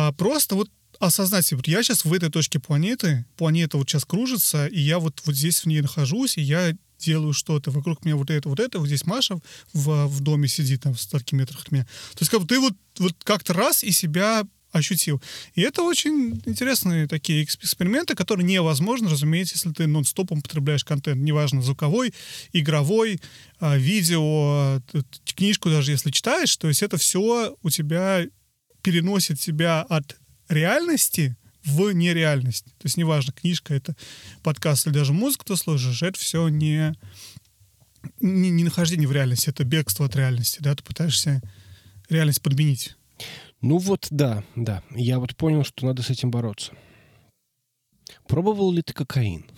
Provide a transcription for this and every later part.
просто вот осознать себе, вот я сейчас в этой точке планета вот сейчас кружится, и я вот здесь в ней нахожусь, и я делаю что-то, вокруг меня вот вот здесь Маша в доме сидит там в 100 метрах от меня. То есть как бы ты вот как-то раз и себя ощутил. И это очень интересные такие эксперименты, которые невозможно, разумеется, если ты нон-стопом потребляешь контент, неважно, звуковой, игровой, видео, книжку даже если читаешь, то есть это все у тебя переносит тебя от реальности в нереальность. То есть неважно, книжка, это подкаст или даже музыку ты слушаешь, это все не нахождение в реальности, это бегство от реальности, да, ты пытаешься реальность подменить. Ну вот, да. Я вот понял, что надо с этим бороться. Пробовал ли ты кокаин?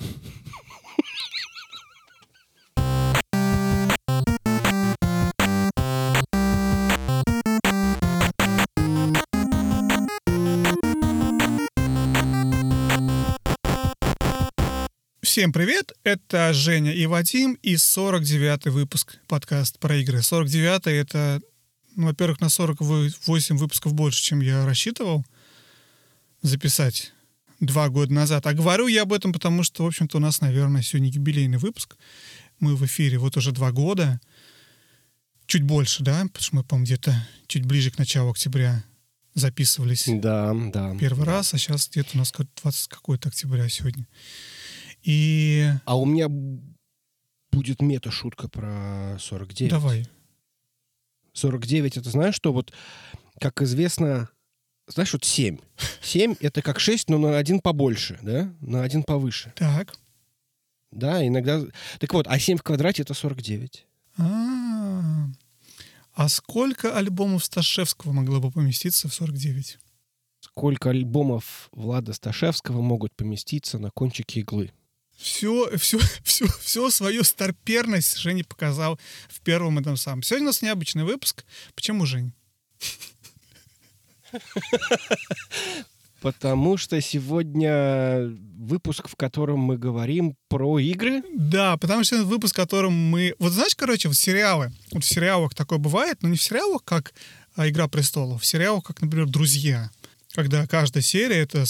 Всем привет, это Женя и Вадим и 49-й выпуск подкаста про игры. 49-й — это, во-первых, на 48 выпусков больше, чем я рассчитывал записать 2 года назад. А говорю я об этом, потому что, в общем-то, у нас, наверное, сегодня юбилейный выпуск. Мы в эфире вот уже 2 года. Чуть больше, да? Потому что мы, по-моему, где-то чуть ближе к началу октября записывались. Да. Первый раз, а сейчас где-то у нас 20 какой-то октября сегодня. И... А у меня будет мета-шутка про 49. Давай. 49, это знаешь, что вот, как известно, знаешь, вот 7. 7 — это как 6, но на 1 побольше, да? На 1 повыше. Так. Да, иногда... Так вот, а 7 в квадрате — это 49. А сколько альбомов Сташевского могло бы поместиться в 49? Сколько альбомов Влада Сташевского могут поместиться на кончике иглы? Всю свою старперность Женя показал в первом этом самом. Сегодня у нас необычный выпуск. Почему, Жень? Потому что сегодня выпуск, в котором мы говорим про игры. Да, потому что это выпуск, в котором мы... Вот знаешь, короче, в сериалах такое бывает, но не в сериалах, как «Игра престолов», в сериалах, как, например, «Друзья», когда каждая серия — это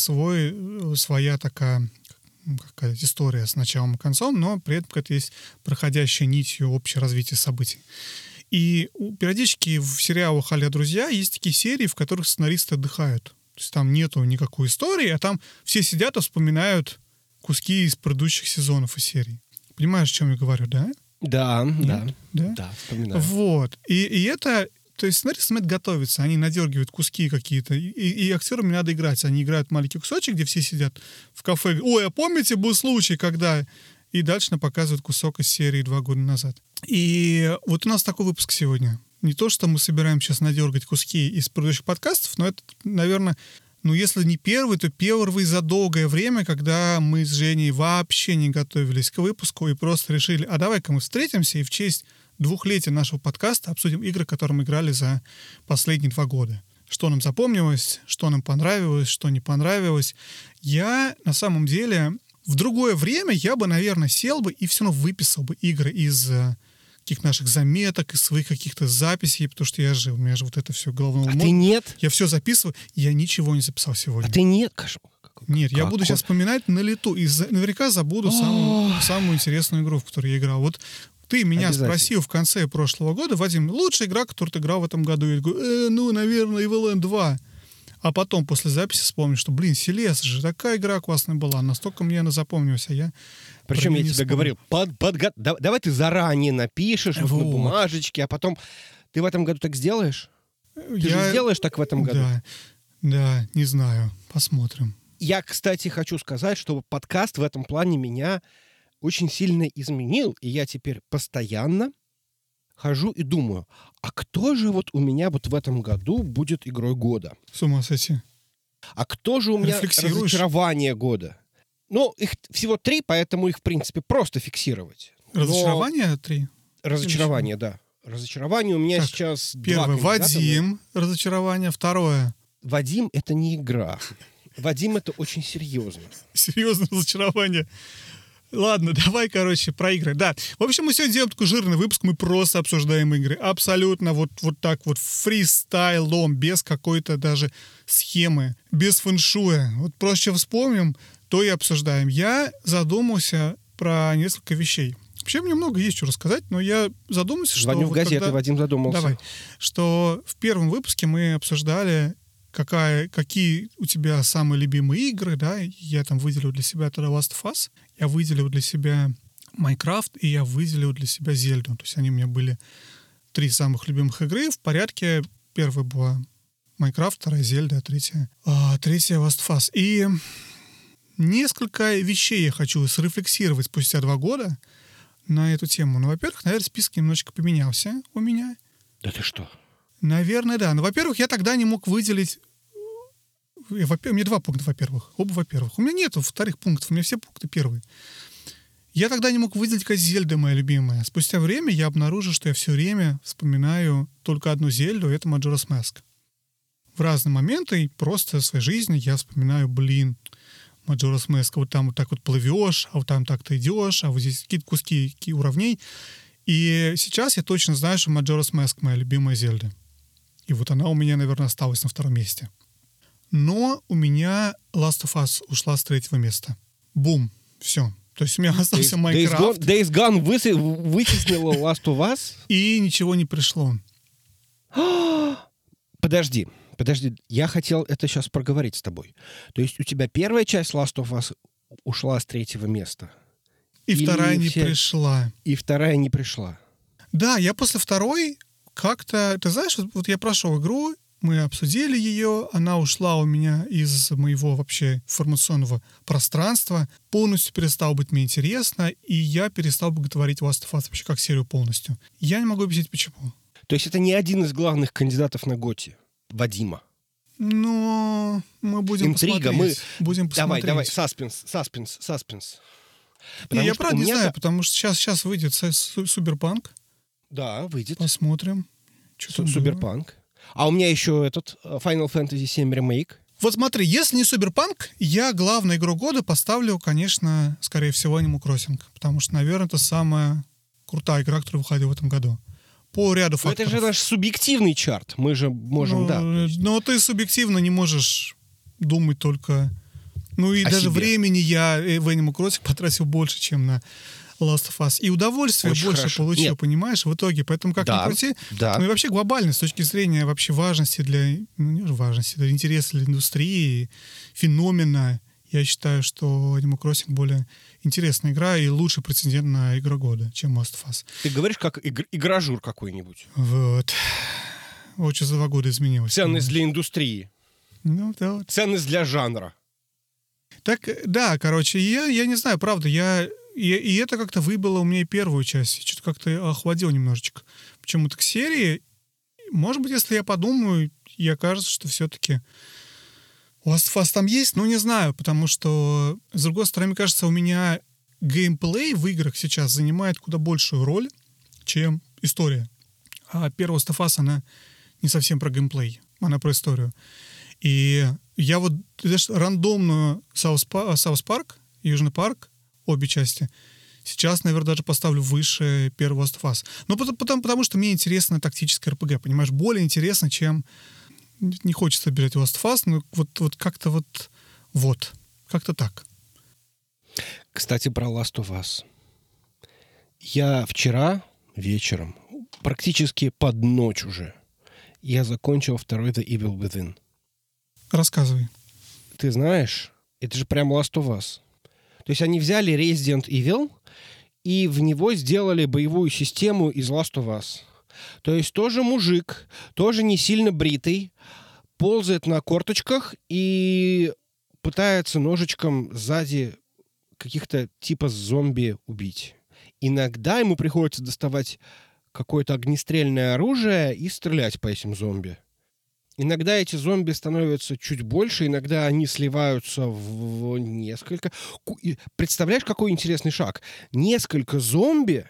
своя такая... какая-то история с началом и концом, но при этом какая-то есть проходящая нитью общее развитие событий. И периодически в сериалах а-ля «Друзья» есть такие серии, в которых сценаристы отдыхают. То есть там нету никакой истории, а там все сидят и вспоминают куски из предыдущих сезонов и серий. Понимаешь, о чем я говорю, да? Да, вспоминаю. Вот. И это... То есть сценаристам это готовится, они надергивают куски какие-то, и актерам не надо играть. Они играют маленький кусочек, где все сидят в кафе. Ой, а помните, был случай, когда... И дальше нам показывают кусок из серии 2 года назад. И вот у нас такой выпуск сегодня. Не то, что мы собираем сейчас надергать куски из предыдущих подкастов, но это, наверное, если не первый, то первый за долгое время, когда мы с Женей вообще не готовились к выпуску и просто решили, а давай-ка мы встретимся и в честь 2-летия нашего подкаста обсудим игры, которые мы играли за последние 2 года. Что нам запомнилось, что нам понравилось, что не понравилось. Я, на самом деле, в другое время я бы, наверное, сел бы и все равно выписал бы игры из каких наших заметок, из своих каких-то записей, потому что я жил, у меня же вот это все головного мозга. А ты нет? Я все записываю, я ничего не записал сегодня. А ты нет? Нет, я буду сейчас вспоминать на лету, и наверняка забуду самую интересную игру, в которую я играл. Вот ты меня спросил в конце прошлого года, Вадим, лучшая игра, которую ты играл в этом году? Я говорю, наверное, Evil Land 2. А потом, после записи, вспомнил, что, Селест же, такая игра классная была, настолько мне она запомнилась, а я... Причем я тебе говорил, давай ты заранее напишешь вот на бумажечке, а потом ты в этом году так сделаешь? Ты же сделаешь так в этом году? Да, не знаю, посмотрим. Я, кстати, хочу сказать, что подкаст в этом плане меня очень сильно изменил, и я теперь постоянно хожу и думаю, а кто же вот у меня вот в этом году будет игрой года? С ума сойти. А кто же у меня разочарование года? Их всего 3, поэтому их, в принципе, просто фиксировать. Разочарование 3? Разочарование, да. Разочарование у меня сейчас 2 первое, кандидата. Вадим, разочарование. Второе. Вадим — это не игра. Вадим — это очень серьезно. Серьезное разочарование. Ладно, давай, короче, про игры. Да. В общем, мы сегодня делаем такой жирный выпуск, мы просто обсуждаем игры. Абсолютно вот так вот фристайлом, без какой-то даже схемы, без фэншуя. Вот просто что вспомним, то и обсуждаем. Я задумался про несколько вещей. Вообще, мне много есть что рассказать, но я задумался, что... Звоню в газеты, Вадим задумался. Давай. Что в первом выпуске мы обсуждали, какие у тебя самые любимые игры, да, я там выделил для себя The Last of Us, я выделил для себя Minecraft, и я выделил для себя Зельду. То есть они у меня были 3 самых любимых игры в порядке. Первая была Minecraft, вторая Зельда, третья Last of Us. И несколько вещей я хочу срефлексировать спустя 2 года на эту тему. Ну, во-первых, наверное, список немножечко поменялся у меня. Да ты что? Наверное, да. Но, во-первых, я тогда не мог выделить... У меня 2 пункта, во-первых. Оба, во-первых. У меня нету вторых пунктов, у меня все пункты первые. Я тогда не мог выделить, какая Зельда моя любимая. Спустя время я обнаружил, что я все время вспоминаю только одну Зельду, это Majora's Mask. В разные моменты, и просто в своей жизни я вспоминаю, Majora's Mask, вот там вот так вот плывешь, а вот там так ты идешь, а вот здесь какие-то куски уровней. И сейчас я точно знаю, что Majora's Mask моя любимая Зельда. И вот она у меня, наверное, осталась на 2-м месте. Но у меня Last of Us ушла с 3-го места. Бум. Все. То есть у меня остался Minecraft. Days Gone вытеснила Last of Us? И ничего не пришло. Подожди. Я хотел это сейчас проговорить с тобой. То есть у тебя первая часть Last of Us ушла с 3-го места? И вторая не пришла. И вторая не пришла. Да, я после второй как-то... Ты знаешь, вот я прошел игру, мы обсудили ее, она ушла у меня из моего вообще информационного пространства, полностью перестала быть мне интересно, и я перестал боготворить Last of Us вообще как серию полностью. Я не могу объяснить, почему. То есть это не один из главных кандидатов на ГОТИ, Вадима? Но мы будем Интрига, посмотреть. Будем посмотреть. Давай, саспенс. Я правда не знаю, потому что сейчас выйдет Суберпанк. Да, выйдет. Посмотрим. Суберпанк. А у меня еще этот Final Fantasy VII Remake. Вот смотри, если не Суберпанк, я главную игру года поставлю, конечно, скорее всего, Animal Crossing. Потому что, наверное, это самая крутая игра, которая выходила в этом году. По ряду факторов. Это же наш субъективный чарт. Мы же можем, да. Но ты субъективно не можешь думать только... Ну и даже себе. времени я в Animal Crossing потратил больше, чем на Last of Us. И удовольствия Очень больше хорошо. получил, Нет. понимаешь, в итоге. Поэтому как ни крути. Да. Ну и вообще глобально, с точки зрения вообще важности для... Ну, не важности, для интереса для индустрии, феномена, я считаю, что Animal Crossing более интересная игра и лучший претендент на игру года, чем Last of Us. Ты говоришь, как игражур какой-нибудь. Вот. Очень за 2 года изменилось. Ценность для индустрии. Ну, да. Вот. Ценность для жанра. Так, да, короче, я не знаю, правда, и это как-то выбило у меня и первую часть. Что-то как-то охладил немножечко. Почему-то к серии. Может быть, если я подумаю, я кажется, что все-таки Last of Us там есть, но не знаю, потому что, с другой стороны, мне кажется, у меня геймплей в играх сейчас занимает куда большую роль, чем история. А первая Last of Us, она не совсем про геймплей, она про историю. И я вот знаешь, рандомную Саус Парк, Южный парк, обе части, сейчас, наверное, даже поставлю выше первого Last of Us. Но потому что мне интересно тактическое РПГ, понимаешь, более интересно, чем... Не хочется бежать в Last of Us, но вот как-то вот, как-то так. Кстати, про Last of Us. Я вчера вечером, практически под ночь уже, я закончил второй The Evil Within. Рассказывай. Ты знаешь, это же прям Last of Us. То есть они взяли Resident Evil и в него сделали боевую систему из Last of Us. То есть тоже мужик, тоже не сильно бритый, ползает на корточках и пытается ножичком сзади каких-то типа зомби убить. Иногда ему приходится доставать какое-то огнестрельное оружие и стрелять по этим зомби. Иногда эти зомби становятся чуть больше, иногда они сливаются в несколько. Представляешь, какой интересный шаг? Несколько зомби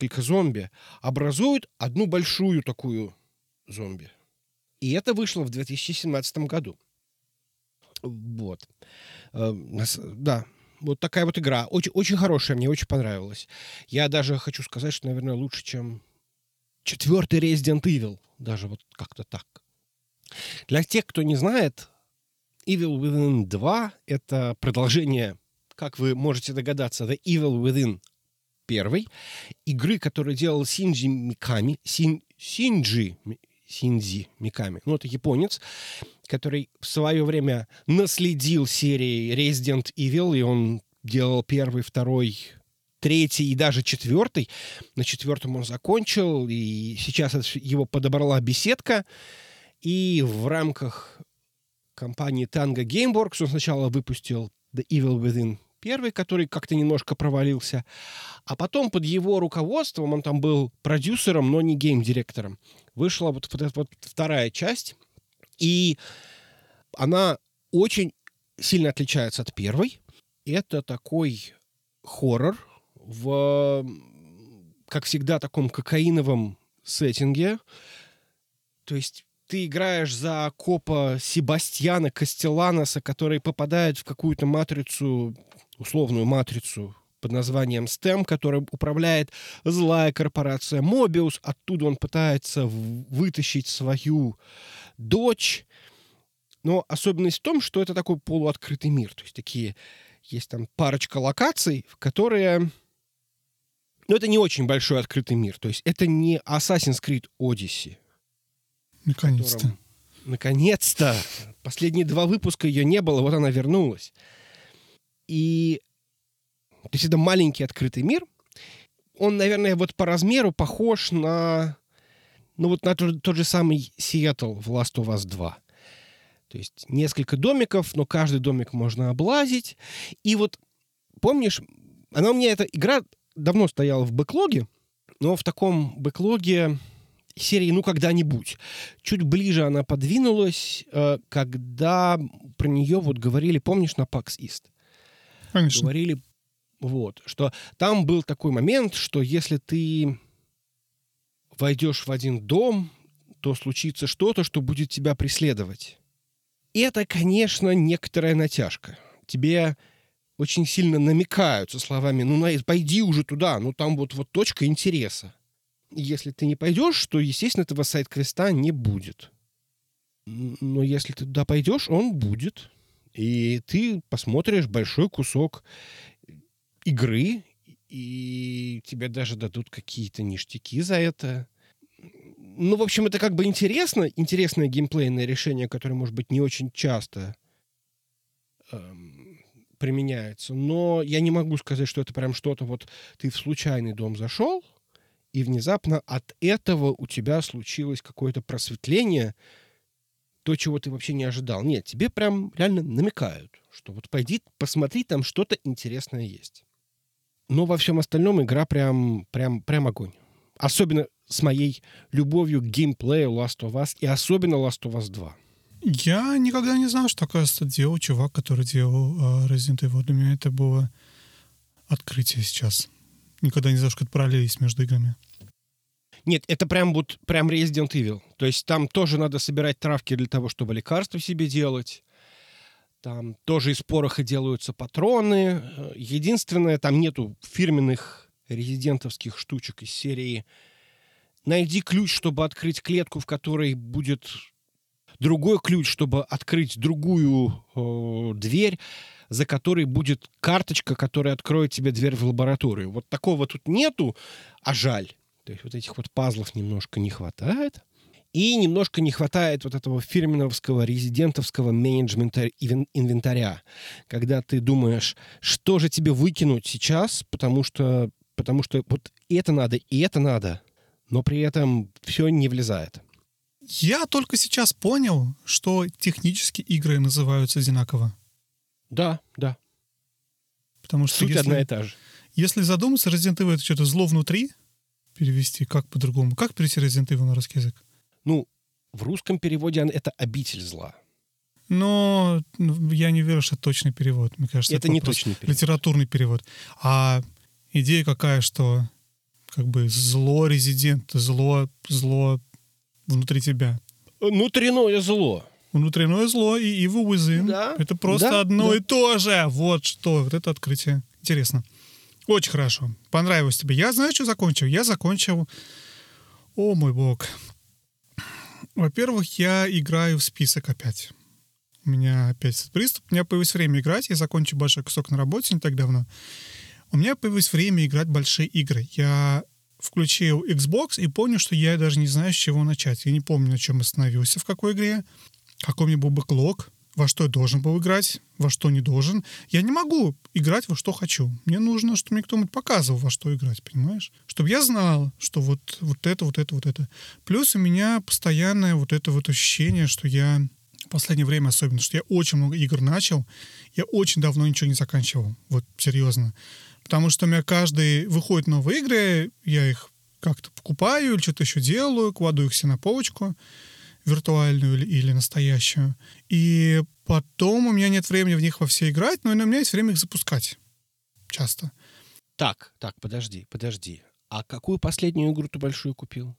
образуют одну большую такую зомби. И это вышло в 2017 году. Вот. Да. Вот такая вот игра. Очень, очень хорошая, мне очень понравилась. Я даже хочу сказать, что, наверное, лучше, чем 4-й Resident Evil. Даже вот как-то так. Для тех, кто не знает, Evil Within 2 — это продолжение, как вы можете догадаться, The Evil Within 1, игры, которую делал Синджи Миками. Синджи Миками. Ну, это японец, который в свое время наследил серии Resident Evil, и он делал 1, 2, 3 и даже 4. На 4 он закончил, и сейчас его подобрала беседка. И в рамках компании Tango Gameworks он сначала выпустил The Evil Within 1, который как-то немножко провалился, а потом под его руководством, он там был продюсером, но не гейм-директором, вышла вот эта вот 2 часть, и она очень сильно отличается от 1. Это такой хоррор в, как всегда, таком кокаиновом сеттинге. То есть ты играешь за копа Себастьяна Кастелланоса, который попадает в какую-то матрицу, условную матрицу под названием STEM, которой управляет злая корпорация Mobius. Оттуда он пытается вытащить свою дочь. Но особенность в том, что это такой полуоткрытый мир. То есть есть там парочка локаций, в которые... Но это не очень большой открытый мир. То есть это не Assassin's Creed Odyssey. Наконец-то. Наконец-то! Последние 2 выпуска ее не было, вот она вернулась. И... То есть это маленький открытый мир. Он, наверное, вот по размеру похож на... Ну вот на тот же самый Сиэтл в Last of Us 2. То есть несколько домиков, но каждый домик можно облазить. И вот, помнишь, она у меня, эта игра давно стояла в бэклоге, но в таком бэклоге серии «Ну, когда-нибудь». Чуть ближе она подвинулась, когда про нее вот говорили, помнишь, на PAX East? Конечно. Говорили, вот, что там был такой момент, что если ты войдешь в один дом, то случится что-то, что будет тебя преследовать. И это, конечно, некоторая натяжка. Тебе очень сильно намекают со словами «Ну, пойди уже туда, ну, там вот точка интереса». Если ты не пойдешь, то, естественно, этого сайд-квеста не будет. Но если ты туда пойдешь, он будет. И ты посмотришь большой кусок игры, и тебе даже дадут какие-то ништяки за это. Ну, в общем, это как бы интересно. Интересное геймплейное решение, которое, может быть, не очень часто применяется. Но я не могу сказать, что это прям что-то вот ты в случайный дом зашел, и внезапно от этого у тебя случилось какое-то просветление, то, чего ты вообще не ожидал. Нет, тебе прям реально намекают, что вот пойди, посмотри, там что-то интересное есть. Но во всем остальном игра прям огонь. Особенно с моей любовью к геймплею Last of Us, и особенно Last of Us 2. Я никогда не знал, что, оказывается, делал чувак, который делал Resident Evil. Для меня это было открытие сейчас. Никогда не знал, что это параллель есть между играми. Нет, это прям Resident Evil. То есть там тоже надо собирать травки для того, чтобы лекарства себе делать. Там тоже из пороха делаются патроны. Единственное, там нету фирменных резидентовских штучек из серии «Найди ключ, чтобы открыть клетку, в которой будет другой ключ, чтобы открыть другую дверь, за которой будет карточка, которая откроет тебе дверь в лабораторию». Вот такого тут нету, а жаль. То есть вот этих вот пазлов немножко не хватает. И немножко не хватает вот этого фирменовского резидентовского менеджмента инвентаря. Когда ты думаешь, что же тебе выкинуть сейчас, потому что вот это надо, и это надо. Но при этом все не влезает. Я только сейчас понял, что технически игры называются одинаково. Да, да. Потому что суть одна и та же. Если задуматься, Resident Evil — это что-то зло внутри перевести, как по-другому? Как перевести Resident Evil на русский язык? Ну, в русском переводе это «обитель зла». Но я не верю, что это точный перевод. Мне кажется, это не точный перевод. Литературный перевод. А идея какая, что как бы зло резидент, зло внутри тебя. Внутреннее зло. Внутреннее зло и Evil Within. Да, Это просто да, одно да. и то же. Вот что. Вот это открытие. Интересно. Очень хорошо. Понравилось тебе. Я знаю, что закончил. Я закончил... О, мой бог. Во-первых, я играю в список опять. У меня опять этот приступ. У меня появилось время играть. Я закончил большой кусок на работе не так давно. У меня появилось время играть в большие игры. Я включил Xbox и понял, что я даже не знаю, с чего начать. Я не помню, на чем остановился, в какой игре, какой у меня был бэклог, во что я должен был играть, во что не должен. Я не могу играть во что хочу. Мне нужно, чтобы мне кто-нибудь показывал, во что играть, понимаешь? Чтобы я знал, что вот это. Плюс у меня постоянное вот это вот ощущение, что я в последнее время особенно, что я очень много игр начал, я очень давно ничего не заканчивал. Вот серьезно. Потому что у меня каждый выходит новые игры, я их как-то покупаю или что-то еще делаю, кладу их себе на полочку, виртуальную или настоящую. И потом у меня нет времени в них во все играть, но у меня есть время их запускать. Часто. Так, подожди. А какую последнюю игру ты большую купил?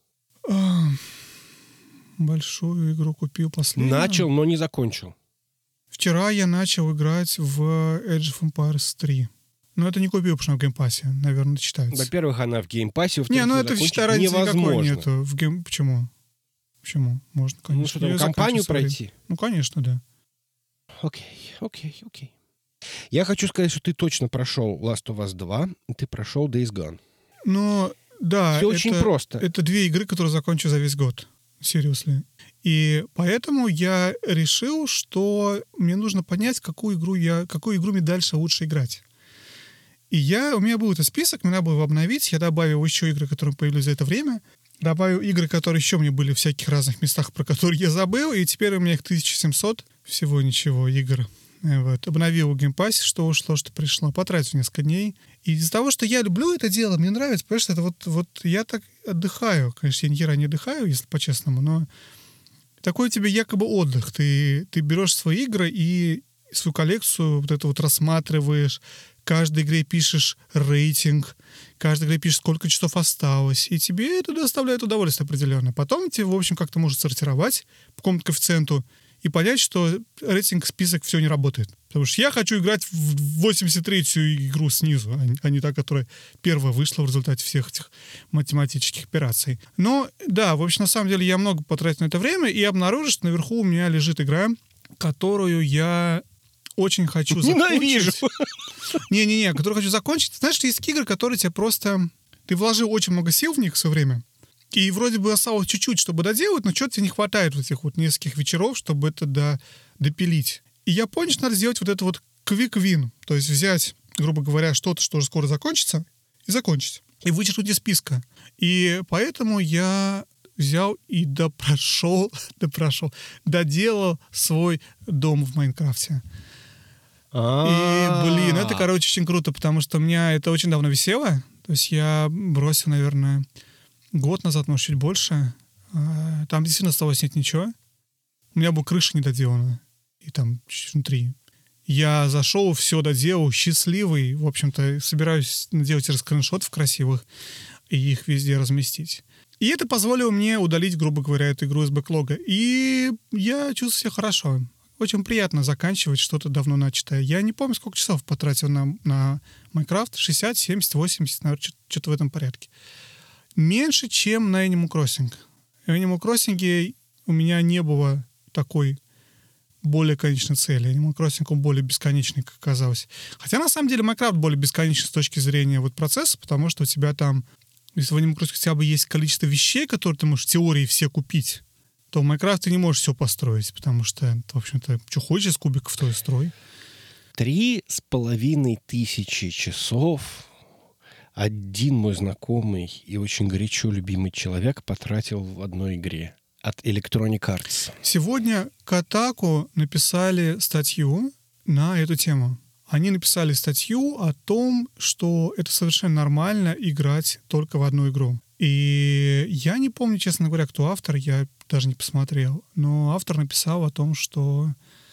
Большую игру купил последнюю. Начал, но не закончил. Вчера я начал играть в Age of Empires 3. Но это не купил, потому что она в геймпассе. Наверное, читается. Во-первых, она в геймпассе, Не, во-вторых, ну это закончить считай, разницы никакой невозможно. нету. Почему? Почему? Можно, конечно. Ну что там, Я кампанию заканчиваю со временем. пройти? Ну, конечно, да. Окей. Я хочу сказать, что ты точно прошел Last of Us 2, и ты прошел Days Gone. Но, да, Все очень просто. Это 2 игры, которые закончу за весь год. Seriously. И поэтому я решил, что мне нужно понять, какую игру мне дальше лучше играть. И у меня был этот список, мне надо было его обновить. Я добавил еще игры, которые появились за это время. Добавил игры, которые еще мне были в всяких разных местах, про которые я забыл. И теперь у меня их 1700. Всего ничего игр. Вот. Обновил в геймпассе, что ушло, что пришло. Потратил несколько дней. И из-за того, что я люблю это дело, мне нравится, понимаешь, это вот я так отдыхаю. Конечно, я ни хера не отдыхаю, если по-честному, но такой тебе якобы отдых. Ты берешь свои игры и свою коллекцию вот это вот рассматриваешь, каждой игре пишешь рейтинг, каждой игре пишешь, сколько часов осталось, и тебе это доставляет удовольствие определенное. Потом тебе, в общем, как-то может сортировать по какому-то коэффициенту и понять, что рейтинг-список все не работает. Потому что я хочу играть в 83-ю игру снизу, а не та, которая первая вышла в результате всех этих математических операций. Но, да, в общем, на самом деле я много потратил на это время, и обнаружил, что наверху у меня лежит игра, которую я очень хочу закончить. Ненавижу. Не-не-не, которую хочу закончить. Знаешь, есть игры, которые тебе просто... Ты вложил очень много сил в них в свое время, и вроде бы осталось чуть-чуть, чтобы доделать, но что-то тебе не хватает вот этих вот нескольких вечеров, чтобы это допилить. И я понял, что надо сделать вот это вот quick win. То есть взять, грубо говоря, что-то, что уже скоро закончится, и закончить. И вычеркнуть из списка. И поэтому я взял и доделал свой дом в Майнкрафте. И, это, короче, очень круто, потому что у меня это очень давно висело. То есть я бросил, наверное, год назад, может, чуть больше. Там действительно осталось нет ничего. У меня была крыша недоделана. И там чуть внутри. Я зашел, все доделал, счастливый. В общем-то, собираюсь делать скриншотов красивых и их везде разместить. И это позволило мне удалить, грубо говоря, эту игру из бэклога. И я чувствую себя хорошо. Очень приятно заканчивать что-то давно начатое. Я не помню, сколько часов потратил на Minecraft. 60, 70, 80, наверное, что-то в этом порядке. Меньше, чем на Animal Crossing. В Animal Crossing у меня не было такой более конечной цели. Animal Crossing он более бесконечный, как оказалось. Хотя, на самом деле, Minecraft более бесконечный с точки зрения вот процесса, потому что у тебя там, если в Animal Crossing хотя бы есть количество вещей, которые ты можешь в теории все купить, то в Minecraft ты не можешь все построить, потому что, в общем-то, что хочешь из кубиков, то и строй. 3500 часов один мой знакомый и очень горячо любимый человек потратил в одной игре от Electronic Arts. Сегодня Kotaku написали статью на эту тему. Они написали статью о том, что это совершенно нормально играть только в одну игру. И я не помню, честно говоря, кто автор, я даже не посмотрел. Но автор написал о том, что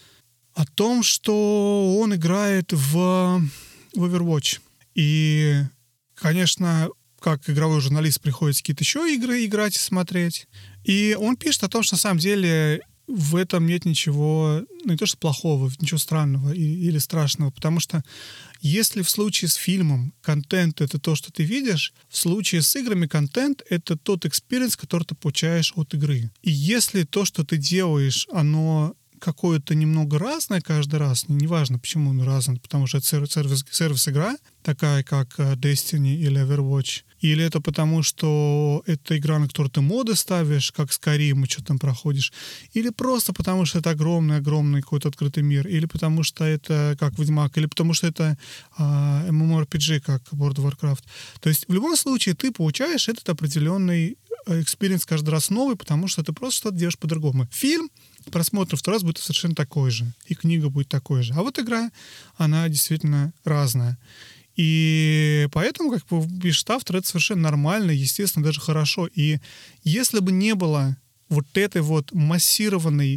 он играет в Overwatch. И, конечно, как игровой журналист приходится какие-то еще игры играть и смотреть. И он пишет о том, что на самом деле в этом нет ничего, ну, не то что плохого, ничего странного или страшного, потому что если в случае с фильмом контент — это то, что ты видишь, в случае с играми контент — это тот экспириенс, который ты получаешь от игры. И если то, что ты делаешь, оно какое-то немного разное каждый раз, неважно, почему оно разное, потому что это сервис-игра, такая как Destiny или Overwatch, или это потому, что это игра, на которую ты моды ставишь, как Skyrim, и что там проходишь, или просто потому, что это огромный-огромный какой-то открытый мир, или потому, что это как Ведьмак, или потому, что это MMORPG, как World of Warcraft. То есть в любом случае ты получаешь этот определенный экспириенс каждый раз новый, потому что ты просто что-то делаешь по-другому. Фильм, просмотр второй раз будет совершенно такой же, и книга будет такой же. А вот игра, она действительно разная. И поэтому, как бы, пишет автор, это совершенно нормально, естественно, даже хорошо. И если бы не было вот этой вот массированной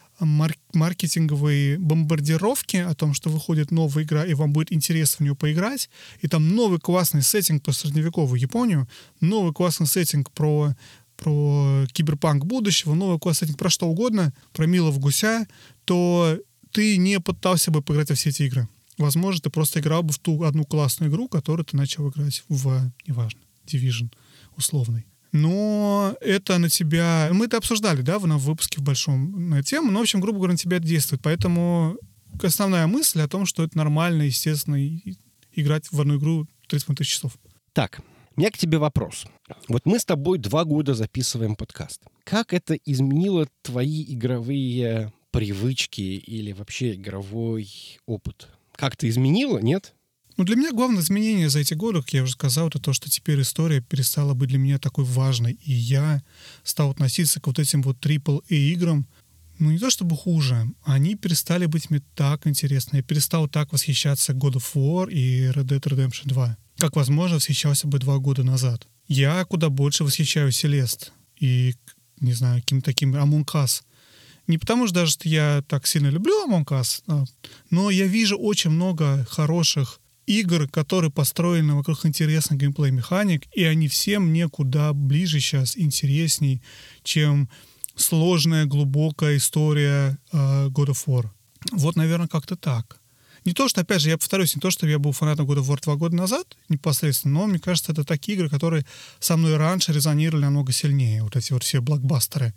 маркетинговой бомбардировки о том, что выходит новая игра, и вам будет интересно в нее поиграть, и там новый классный сеттинг про средневековую Японию, новый классный сеттинг про киберпанк будущего, новый классный сеттинг про что угодно, про милого гуся, то ты не пытался бы поиграть во все эти игры. Возможно, ты просто играл бы в ту одну классную игру, которую ты начал играть в, неважно, Division условный. Но это на тебя... Мы это обсуждали, да, в выпуске в большом на эту тему, но, в общем, грубо говоря, на тебя это действует. Поэтому основная мысль о том, что это нормально, естественно, играть в одну игру 30 тысяч часов. Так, у меня к тебе вопрос. Вот мы с тобой 2 года записываем подкаст. Как это изменило твои игровые привычки или вообще игровой опыт? Как-то изменило, нет? Ну, для меня главное изменение за эти годы, как я уже сказал, это то, что теперь история перестала быть для меня такой важной. И я стал относиться к вот этим вот AAA-играм, ну, не то чтобы хуже, они перестали быть мне так интересны. Я перестал так восхищаться God of War и Red Dead Redemption 2, как, возможно, восхищался бы 2 года назад. Я куда больше восхищаюсь Celeste и, не знаю, каким-то таким Among Us. Не потому что даже что я так сильно люблю Among Us, но я вижу очень много хороших игр, которые построены вокруг интересных геймплей-механик, и они все мне куда ближе сейчас, интересней, чем сложная, глубокая история God of War. Вот, наверное, как-то так. Не то, что, опять же, я повторюсь, не то, что я был фанатом God of War 2 года назад, непосредственно, но, мне кажется, это такие игры, которые со мной раньше резонировали намного сильнее, вот эти вот все блокбастеры.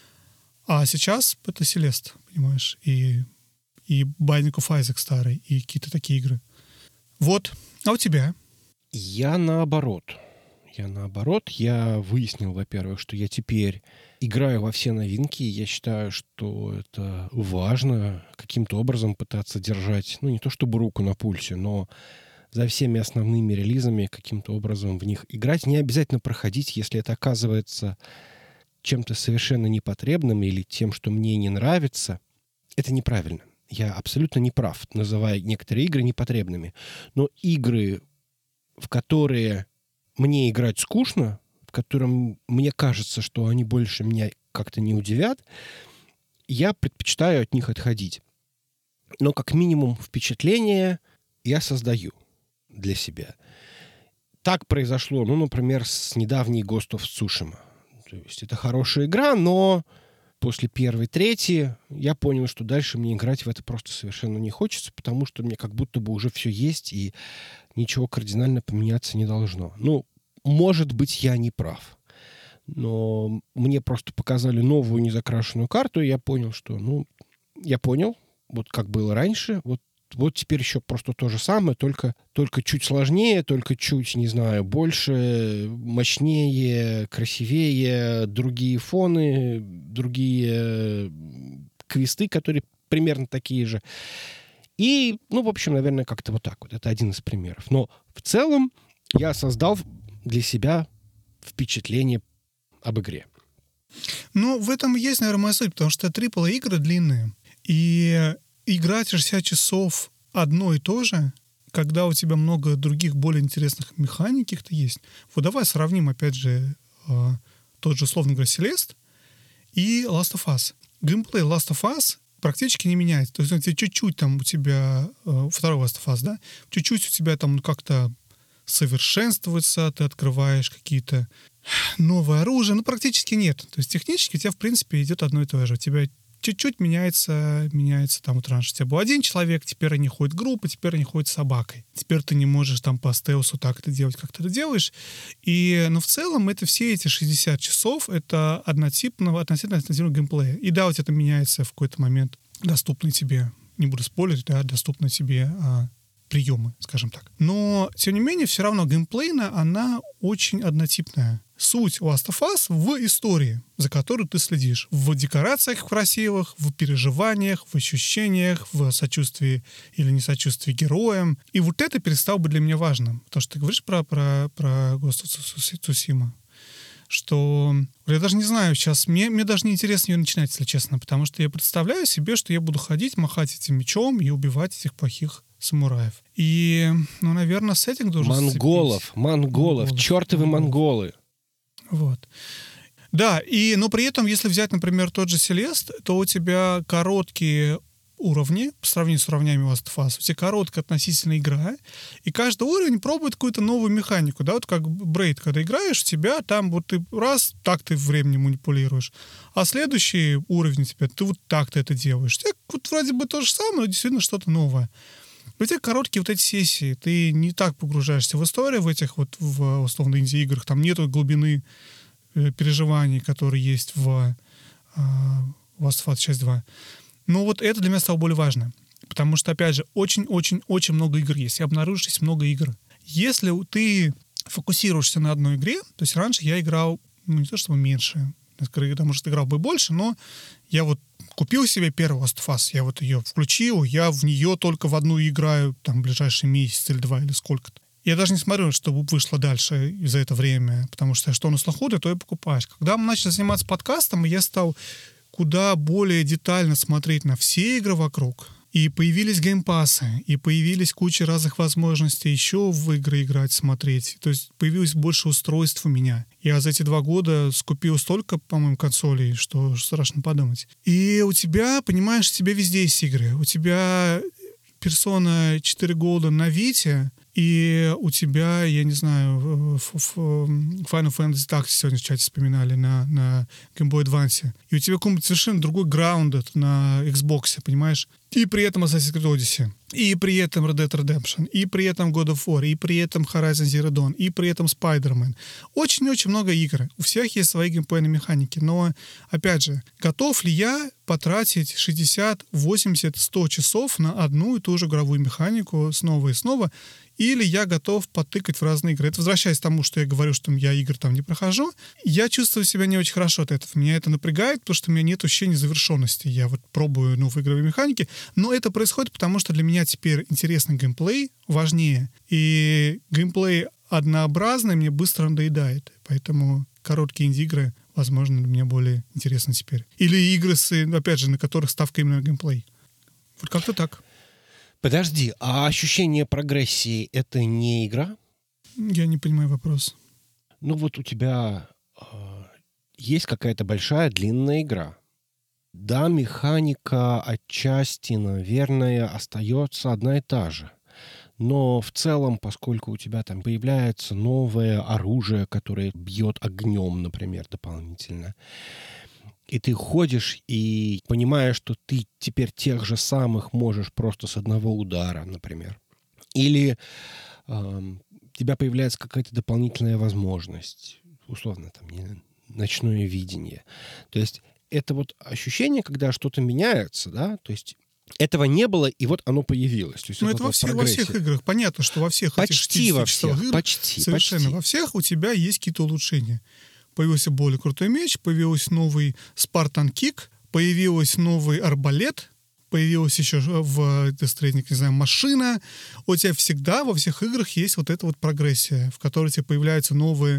А сейчас это Celeste, понимаешь, и Binding of Isaac старый, и какие-то такие игры. Вот. А у тебя? Я наоборот. Я выяснил, во-первых, что я теперь играю во все новинки. Я считаю, что это важно каким-то образом пытаться держать, ну, не то чтобы руку на пульсе, но за всеми основными релизами каким-то образом в них играть. Не обязательно проходить, если это оказывается чем-то совершенно непотребным или тем, что мне не нравится. Это неправильно. Я абсолютно не прав, называя некоторые игры непотребными. Но игры, в которые мне играть скучно, в котором мне кажется, что они больше меня как-то не удивят, я предпочитаю от них отходить. Но как минимум впечатление я создаю для себя. Так произошло, ну, например, с недавней Ghost of Tsushima. То есть это хорошая игра, но после первой трети я понял, что дальше мне играть в это просто совершенно не хочется, потому что мне как будто бы уже все есть, и ничего кардинально поменяться не должно. Ну, может быть, я не прав. Но мне просто показали новую незакрашенную карту, и я понял, что, вот как было раньше, вот теперь еще просто то же самое, только чуть сложнее, только чуть, не знаю, больше, мощнее, красивее, другие фоны, другие квесты, которые примерно такие же. И, в общем, наверное, как-то вот так вот. Это один из примеров. Но в целом я создал для себя впечатление об игре. Ну, в этом есть, наверное, моя суть, потому что AAA-игры длинные. И играть 60 часов одно и то же, когда у тебя много других более интересных механик каких-то есть. Вот давай сравним, опять же, тот же, условно говоря, Celeste и Last of Us. Геймплей Last of Us практически не меняется. То есть чуть-чуть там у тебя, второй Last of Us, да, чуть-чуть у тебя там как-то совершенствуется, ты открываешь какие-то новое оружие, практически нет. То есть технически у тебя, в принципе, идет одно и то же. У тебя чуть-чуть меняется там вот раньше у тебя был один человек, теперь они ходят группой, теперь они ходят с собакой. Теперь ты не можешь там по стелсу так это делать, как ты это делаешь. Но в целом это все эти 60 часов, это относительно геймплея. И да, у тебя это меняется в какой-то момент доступный тебе, не буду спойлерить, да, доступны тебе приемы, скажем так. Но, тем не менее, все равно геймплейно она очень однотипная. Суть Last of Us в истории, за которой ты следишь. В декорациях красивых, в переживаниях, в ощущениях, в сочувствии или несочувствии героям. И вот это перестало быть для меня важным. Потому что ты говоришь про Ghost of Tsushima, что я даже не знаю сейчас, мне даже не интересно ее начинать, если честно, потому что я представляю себе, что я буду ходить, махать этим мечом и убивать этих плохих самураев. И, наверное, сеттинг должен Монголов, чертовы монголы. Вот. Да, но при этом, если взять, например, тот же Селест, то у тебя короткие уровни, по сравнению с уровнями Last of Us, у тебя короткая относительно игра, и каждый уровень пробует какую-то новую механику, да, вот как Braid, когда играешь, у тебя там вот ты раз, так ты временем манипулируешь, а следующий уровень у тебя, ты вот так ты это делаешь. У тебя вот вроде бы то же самое, но действительно что-то новое. У тебя короткие вот эти сессии, ты не так погружаешься в историю в этих вот, в условно инди-играх, там нету глубины переживаний, которые есть в Last of Us часть 2. Но вот это для меня стало более важно. Потому что, опять же, очень-очень-очень много игр есть. И обнаружишь, есть много игр. Если ты фокусируешься на одной игре, то есть раньше я играл, не то чтобы меньше, может, играл бы больше, но я вот купил себе первый Last of Us, я вот ее включил, я в нее только в одну играю, там, ближайший месяц или два, или сколько-то. Я даже не смотрю, что вышло дальше за это время, потому что что на слуху, то и покупаешь. Когда мы начали заниматься подкастом, я стал куда более детально смотреть на все игры вокруг. И появились геймпассы, и появились куча разных возможностей еще в игры играть, смотреть. То есть появилось больше устройств у меня. Я за эти 2 года скупил столько, по-моему, консолей, что страшно подумать. И у тебя, понимаешь, у тебя везде есть игры. У тебя Persona 4 Golden на Vita, и у тебя, я не знаю, Final Fantasy Tactics сегодня в чате вспоминали на Game Boy Advance. И у тебя какой-нибудь совершенно другой Grounded на Xbox, понимаешь? И при этом Assassin's Creed Odyssey, и при этом Red Dead Redemption, и при этом God of War, и при этом Horizon Zero Dawn, и при этом Spider-Man. Очень-очень много игр. У всех есть свои геймплейные механики. Но, опять же, готов ли я потратить 60, 80, 100 часов на одну и ту же игровую механику снова и снова, или я готов потыкать в разные игры. Это возвращаясь к тому, что я говорю, что я игр там не прохожу. Я чувствую себя не очень хорошо от этого. Меня это напрягает, потому что у меня нет ощущения завершенности. Я вот пробую новые игровые механики, но это происходит, потому что для меня теперь интересный геймплей важнее. И геймплей однообразный мне быстро надоедает. Поэтому короткие инди-игры, возможно, для меня более интересны теперь. Или игры, опять же, на которых ставка именно на геймплей. Вот как-то так. Подожди, а ощущение прогрессии — это не игра? Я не понимаю вопрос. Ну вот у тебя есть какая-то большая длинная игра. Да, механика отчасти, наверное, остается одна и та же. Но в целом, поскольку у тебя там появляется новое оружие, которое бьет огнем, например, дополнительно, и ты ходишь и понимаешь, что ты теперь тех же самых можешь просто с одного удара, например. Или у тебя появляется какая-то дополнительная возможность, условно, там, ночное видение. То есть это вот ощущение, когда что-то меняется, да, то есть этого не было, и вот оно появилось. То есть это во всех играх. Понятно, что во всех этих 60-часовых играх совершенно во всех у тебя есть какие-то улучшения. Появился более крутой меч, появился новый Spartan Kick, появился новый арбалет, появилась еще в Death Stranding, не знаю, машина. У тебя всегда во всех играх есть вот эта вот прогрессия, в которой тебе появляются новые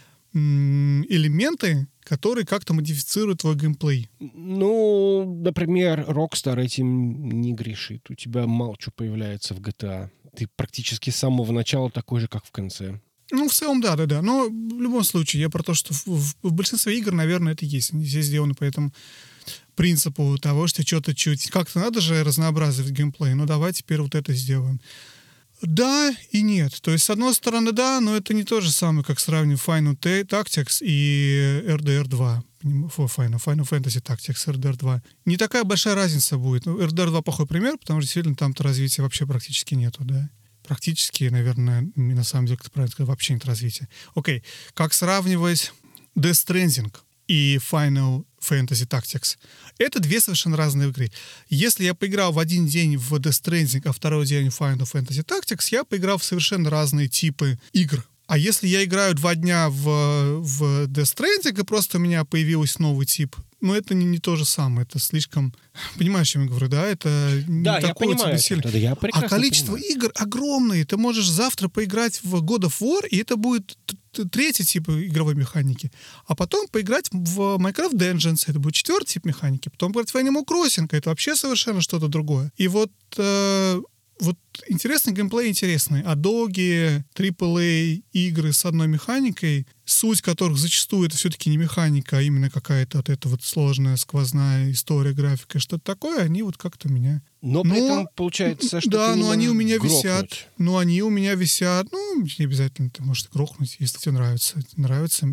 элементы, которые как-то модифицируют твой геймплей. Ну, например, Rockstar этим не грешит. У тебя мало чего появляется в GTA. Ты практически с самого начала такой же, как в конце. Ну, в целом, да. Но в любом случае, я про то, что в большинстве игр, наверное, это есть. Они все сделаны по этому принципу того, что что-то чуть... Как-то надо же разнообразить геймплей. Ну, давай теперь вот это сделаем. Да и нет. То есть, с одной стороны, да, но это не то же самое, как сравнивать Final Tactics и RDR 2. Final Fantasy Tactics, RDR 2. Не такая большая разница будет. Ну, RDR 2 плохой пример, потому что действительно там-то развития вообще практически нету, да. Практически, наверное, на самом деле, как правильно сказать, вообще нет развития. Окей, как сравнивать Death Stranding и Final Fantasy Tactics? Это две совершенно разные игры. Если я поиграл в один день в Death Stranding, а второй день в Final Fantasy Tactics, я поиграл в совершенно разные типы игр. А если я играю 2 дня в Death Stranding, и просто у меня появился новый тип, ну, это не то же самое. Это слишком... Понимаешь, о чем я говорю, да? Это не Да, я такое понимаю. тебе сильно. Я А количество понимаю. игр огромное. Ты можешь завтра поиграть в God of War, и это будет третий тип игровой механики. А потом поиграть в Minecraft Dungeons, это будет четвертый тип механики. Потом поиграть в Animal Crossing, это вообще совершенно что-то другое. И вот интересный геймплей интересный. А долгие AAA игры с одной механикой, суть которых зачастую это все-таки не механика, а именно какая-то вот эта вот сложная сквозная история, графика, что-то такое, они вот как-то меня... Но при этом получается, что да, ты не но они у можешь меня грохнуть. висят. Ну, они у меня висят. Ну, не обязательно ты можешь грохнуть, если тебе нравится. Нравится.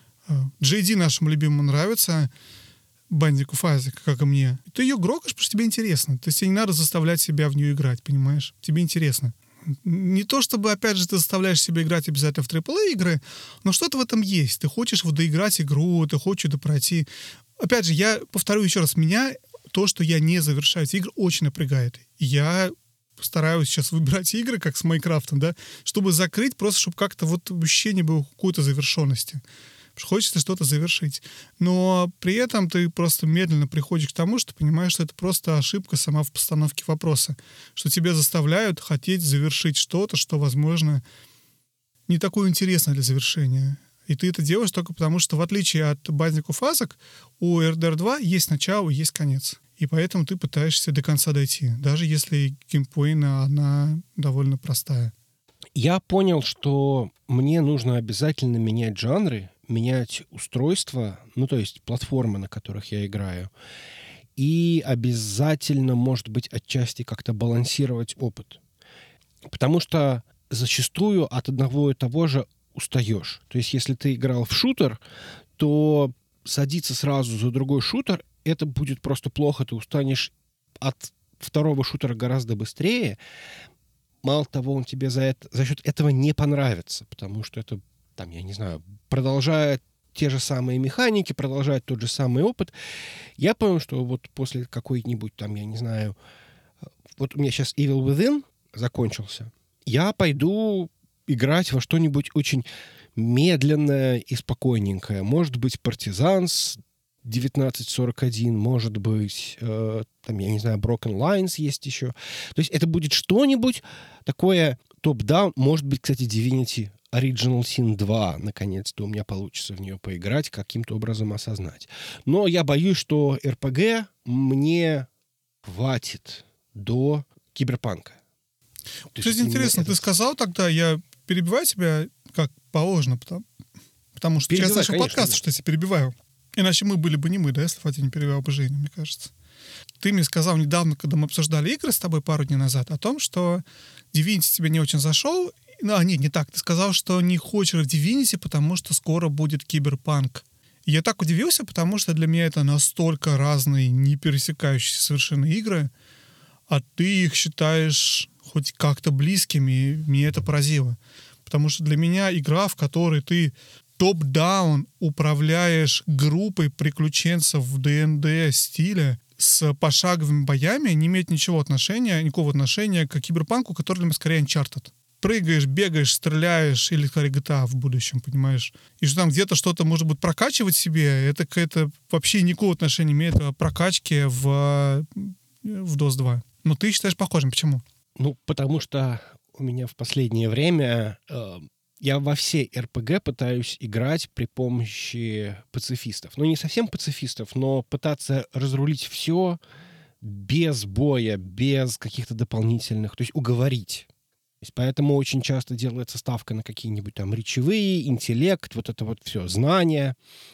JD нашему любимому нравится. Бандику Фазе, как и мне. Ты ее грохаешь, потому что тебе интересно. То есть тебе не надо заставлять себя в нее играть, понимаешь? Тебе интересно. Не то, чтобы, опять же, ты заставляешь себя играть обязательно в AAA игры, но что-то в этом есть. Ты хочешь вот доиграть игру, ты хочешь пройти. Опять же, я повторю еще раз, меня то, что я не завершаю эти игры, очень напрягает. Я стараюсь сейчас выбирать игры, как с Майнкрафтом, да, чтобы закрыть, просто чтобы как-то вот ощущение было какой-то завершенности. Хочется что-то завершить. Но при этом ты просто медленно приходишь к тому, что понимаешь, что это просто ошибка сама в постановке вопроса. Что тебя заставляют хотеть завершить что-то, что, возможно, не такое интересное для завершения. И ты это делаешь только потому, что в отличие от Бандику Фазок, у RDR 2 есть начало и есть конец. И поэтому ты пытаешься до конца дойти, даже если геймплейно она довольно простая. Я понял, что мне нужно обязательно менять жанры, менять устройства, ну, то есть платформы, на которых я играю, и обязательно, может быть, отчасти как-то балансировать опыт. Потому что зачастую от одного и того же устаешь. То есть если ты играл в шутер, то садиться сразу за другой шутер, это будет просто плохо, ты устанешь от второго шутера гораздо быстрее. Мало того, он тебе за счет этого не понравится, потому что это, там, я не знаю, продолжает те же самые механики, продолжает тот же самый опыт. Я понял, что вот после какой-нибудь, там, я не знаю, вот у меня сейчас Evil Within закончился, я пойду играть во что-нибудь очень медленное и спокойненькое. Может быть, Partisans 1941, может быть, там, я не знаю, Broken Lines есть еще. То есть это будет что-нибудь такое топ-даун. Может быть, кстати, Divinity Original Sin 2, наконец-то у меня получится в нее поиграть, каким-то образом осознать. Но я боюсь, что RPG мне хватит до Киберпанка. Кстати, интересно, ты сказал тогда, я перебиваю тебя как положено, потому что часть нашего подкаста, что я тебя перебиваю. Иначе мы были бы не мы, да, если Фатя не перебивал бы Женю, мне кажется. Ты мне сказал недавно, когда мы обсуждали игры с тобой пару дней назад, о том, что Divinity тебе не очень зашел. Нет, не так. Ты сказал, что не хочешь в Divinity, потому что скоро будет Киберпанк. И я так удивился, потому что для меня это настолько разные, не пересекающиеся совершенно игры, а ты их считаешь хоть как-то близкими, и меня это поразило. Потому что для меня игра, в которой ты топ-даун управляешь группой приключенцев в ДНД стиле с пошаговыми боями, не имеет никакого отношения к Киберпанку, который для меня скорее Uncharted. Прыгаешь, бегаешь, стреляешь, или скорее GTA в будущем, понимаешь? И что там где-то что-то, может быть, прокачивать себе, это вообще никакого отношения не имеет к прокачке в DOS 2. Но ты считаешь похожим. Почему? Ну, потому что у меня в последнее время я во все РПГ пытаюсь играть при помощи пацифистов. Ну, не совсем пацифистов, но пытаться разрулить все без боя, без каких-то дополнительных, то есть уговорить. То есть поэтому очень часто делается ставка на какие-нибудь там речевые, интеллект, вот это вот все, знания.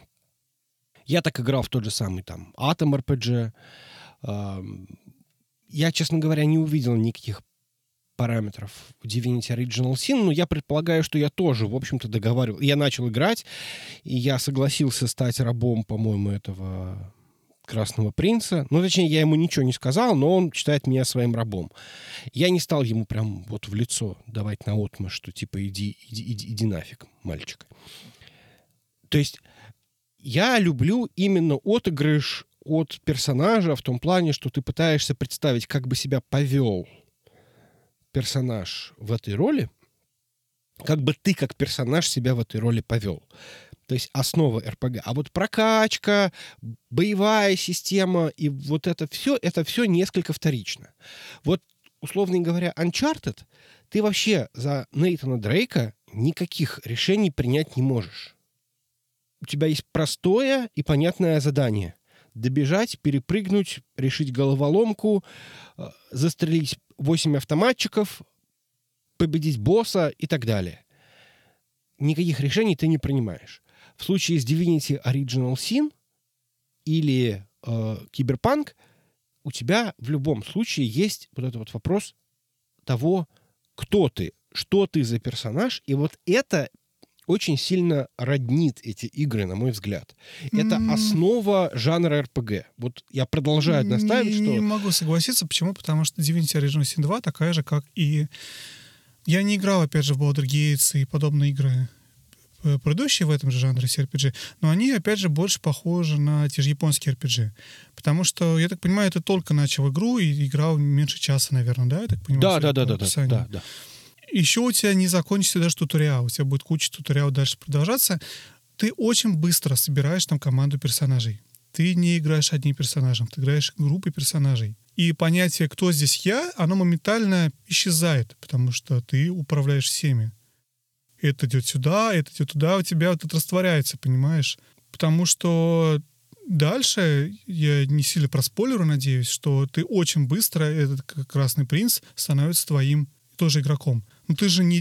Я так играл в тот же самый там Atom RPG. Я, честно говоря, не увидел никаких параметров Divinity Original Sin, но я предполагаю, что я тоже, в общем-то, договаривал. Я начал играть, и я согласился стать рабом, по-моему, этого Красного Принца. Ну, точнее, я ему ничего не сказал, но он считает меня своим рабом. Я не стал ему прям вот в лицо давать наотмашь, что типа иди нафиг, мальчик. То есть я люблю именно отыгрыш от персонажа в том плане, что ты пытаешься представить, как бы себя повел персонаж в этой роли, как бы ты как персонаж себя в этой роли повел. То есть основа РПГ. А вот прокачка, боевая система и вот это все несколько вторично. Вот, условно говоря, Uncharted, ты вообще за Нейтана Дрейка никаких решений принять не можешь. У тебя есть простое и понятное задание. Добежать, перепрыгнуть, решить головоломку, застрелить 8 автоматчиков, победить босса и так далее. Никаких решений ты не принимаешь. В случае с Divinity Original Sin или Cyberpunk у тебя в любом случае есть вот этот вот вопрос того, кто ты, что ты за персонаж, и вот это очень сильно роднит эти игры, на мой взгляд. Это основа жанра РПГ. Вот я продолжаю настаивать, что... Не могу согласиться. Почему? Потому что Divinity Original Sin 2 такая же, как и... Я не играл, опять же, в Baldur's Gate и подобные игры предыдущие в этом же жанре CRPG, но они, опять же, больше похожи на те же японские RPG. Потому что, я так понимаю, ты только начал игру и играл меньше часа, наверное, да? Я так понимаю, Да. Еще у тебя не закончится даже туториал, у тебя будет куча туториалов дальше продолжаться. Ты очень быстро собираешь там команду персонажей. Ты не играешь одним персонажем, ты играешь группой персонажей. И понятие «кто здесь я», оно моментально исчезает, потому что ты управляешь всеми. Это идет сюда, это идет туда, у тебя вот это растворяется, понимаешь? Потому что дальше, я не сильно проспойлерю, надеюсь, что ты очень быстро, этот Красный Принц, становится твоим тоже игроком. Ну ты же не...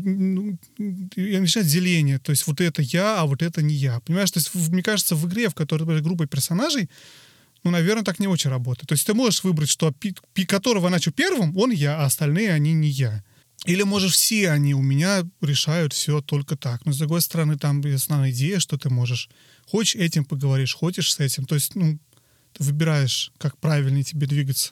начинает деление. То есть вот это я, а вот это не я. Понимаешь? То есть мне кажется, в игре, в которой группа персонажей, ну, наверное, так не очень работает. То есть ты можешь выбрать, что которого начал первым, он я, а остальные они не я. Или, может, все они у меня решают все только так. Но, с другой стороны, там основная идея, что ты можешь... Хочешь этим поговоришь, хочешь с этим. То есть, ну, ты выбираешь, как правильно тебе двигаться.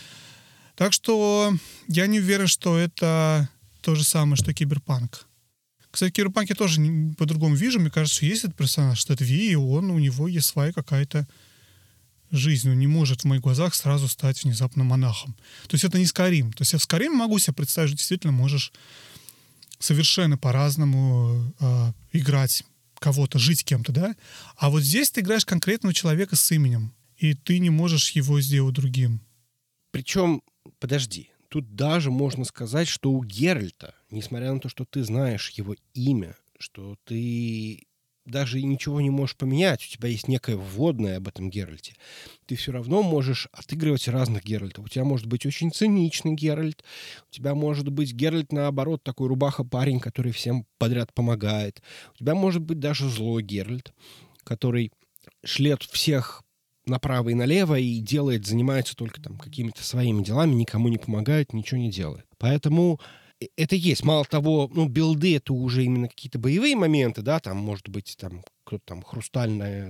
Так что я не уверен, что это то же самое, что Киберпанк. Кстати, в Киберпанке тоже по-другому вижу. Мне кажется, что есть этот персонаж, что это Ви, и у него есть своя какая-то жизнь. Он не может в моих глазах сразу стать внезапно монахом. То есть это не Skyrim. То есть я в Skyrim могу себе представить, что действительно можешь совершенно по-разному играть кого-то, жить кем-то, да? А вот здесь ты играешь конкретного человека с именем, и ты не можешь его сделать другим. Причем, подожди, тут даже можно сказать, что у Геральта, несмотря на то, что ты знаешь его имя, что ты даже ничего не можешь поменять, у тебя есть некое вводное об этом Геральте, ты все равно можешь отыгрывать разных Геральтов. У тебя может быть очень циничный Геральт, у тебя может быть Геральт, наоборот, такой рубаха-парень, который всем подряд помогает. У тебя может быть даже злой Геральт, который шлет всех направо и налево и занимается только там какими-то своими делами, никому не помогает, ничего не делает. Поэтому это есть. Мало того, ну, билды — это уже именно какие-то боевые моменты, да, там, может быть, там, кто-то там, хрустальная,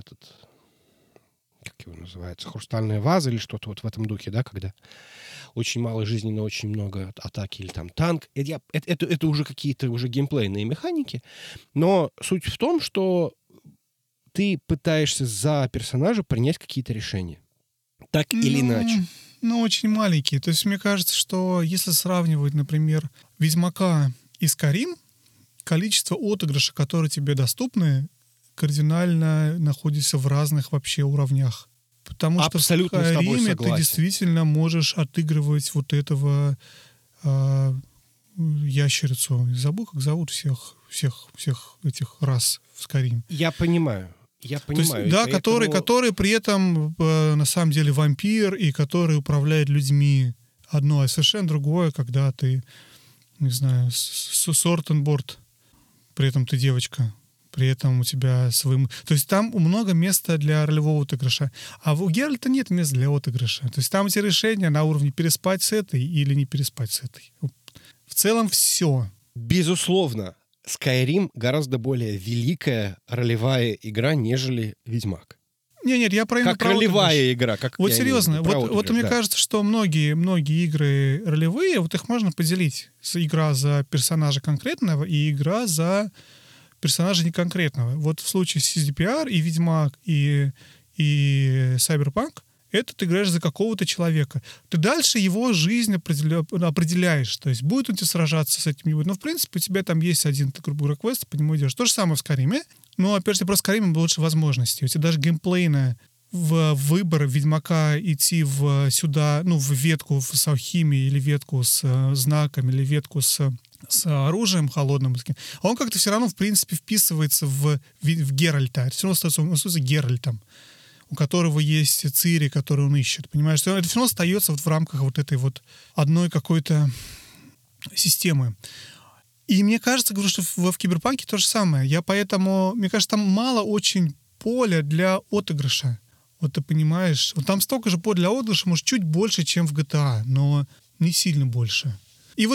как его называется, хрустальная ваза или что-то вот в этом духе, да, когда очень мало жизни, но очень много атаки, или там танк. Это уже какие-то уже геймплейные механики, но суть в том, что ты пытаешься за персонажа принять какие-то решения. Так или иначе. Ну, очень маленькие. То есть мне кажется, что если сравнивать, например, Ведьмака и Skyrim, количество отыгрышей, которые тебе доступны, кардинально находится в разных вообще уровнях. Потому абсолютно что в Skyrim ты действительно можешь отыгрывать вот этого ящерицу. Забыл, как зовут всех этих рас в Skyrim. Я понимаю. То есть, да, который при этом на самом деле вампир, и который управляет людьми. Одно, а совершенно другое, когда ты, не знаю, сортенборд, при этом ты девочка, при этом у тебя своим... То есть там много места для ролевого отыгрыша. А у Геральта нет места для отыгрыша. То есть там эти решения на уровне переспать с этой или не переспать с этой. В целом все. Безусловно, Skyrim гораздо более великая ролевая игра, нежели Ведьмак. Нет, я про именно Как про ролевая отыгрыш. игра. Как Вот я серьезно, имею в виду, про вот отыгрыш, мне да. кажется, что многие игры ролевые, вот их можно поделить. Игра за персонажа конкретного и игра за персонажа неконкретного. Вот в случае с CDPR и Ведьмак, и Cyberpunk, это ты играешь за какого-то человека. Ты дальше его жизнь определяешь. То есть будет он тебе сражаться с этим-нибудь. Но, в принципе, у тебя там есть один, ты, грубо говоря, квест, по нему идешь. То же самое в Скайриме. Но, опять же, про Skyrim больше возможностей. У тебя даже геймплейная в выбор Ведьмака идти сюда, ну, в ветку с алхимией, или ветку с знаками, или ветку с оружием холодным. Он как-то все равно, в принципе, вписывается в Геральта. Все равно остается Геральтом, у которого есть Цири, который он ищет. Понимаешь, это все равно остается вот в рамках вот этой вот одной какой-то системы. И мне кажется, говорю, что в Киберпанке то же самое. Мне кажется, там мало очень поля для отыгрыша. Вот ты понимаешь, вот там столько же поля для отыгрыша, может, чуть больше, чем в GTA, но не сильно больше. И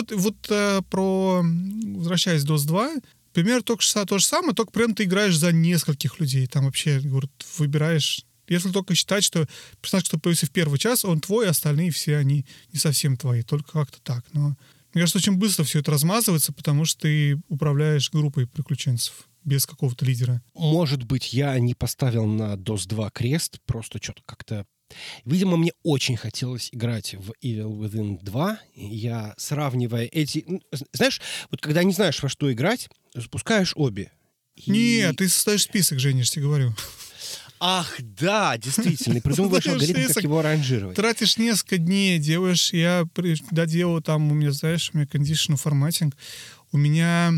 возвращаясь к DOS 2, примерно то же самое, только прям ты играешь за нескольких людей. Там вообще, говорят, выбираешь. Если только считать, что персонаж, кто появился в первый час, он твой, а остальные все, они не совсем твои, только как-то так. Но мне кажется, очень быстро все это размазывается, потому что ты управляешь группой приключенцев без какого-то лидера. Может быть, я не поставил на DOS 2 крест, просто что-то как-то... Видимо, мне очень хотелось играть в Evil Within 2. Я, сравнивая эти... Знаешь, вот когда не знаешь, во что играть, запускаешь обе. Нет, ты составишь список, Женя, я же тебе говорю. Ах, да, действительно. И придумываешь алгоритм, как его ранжировать. Тратишь несколько дней, делаешь... Я доделал там, у меня conditional форматинг. У меня...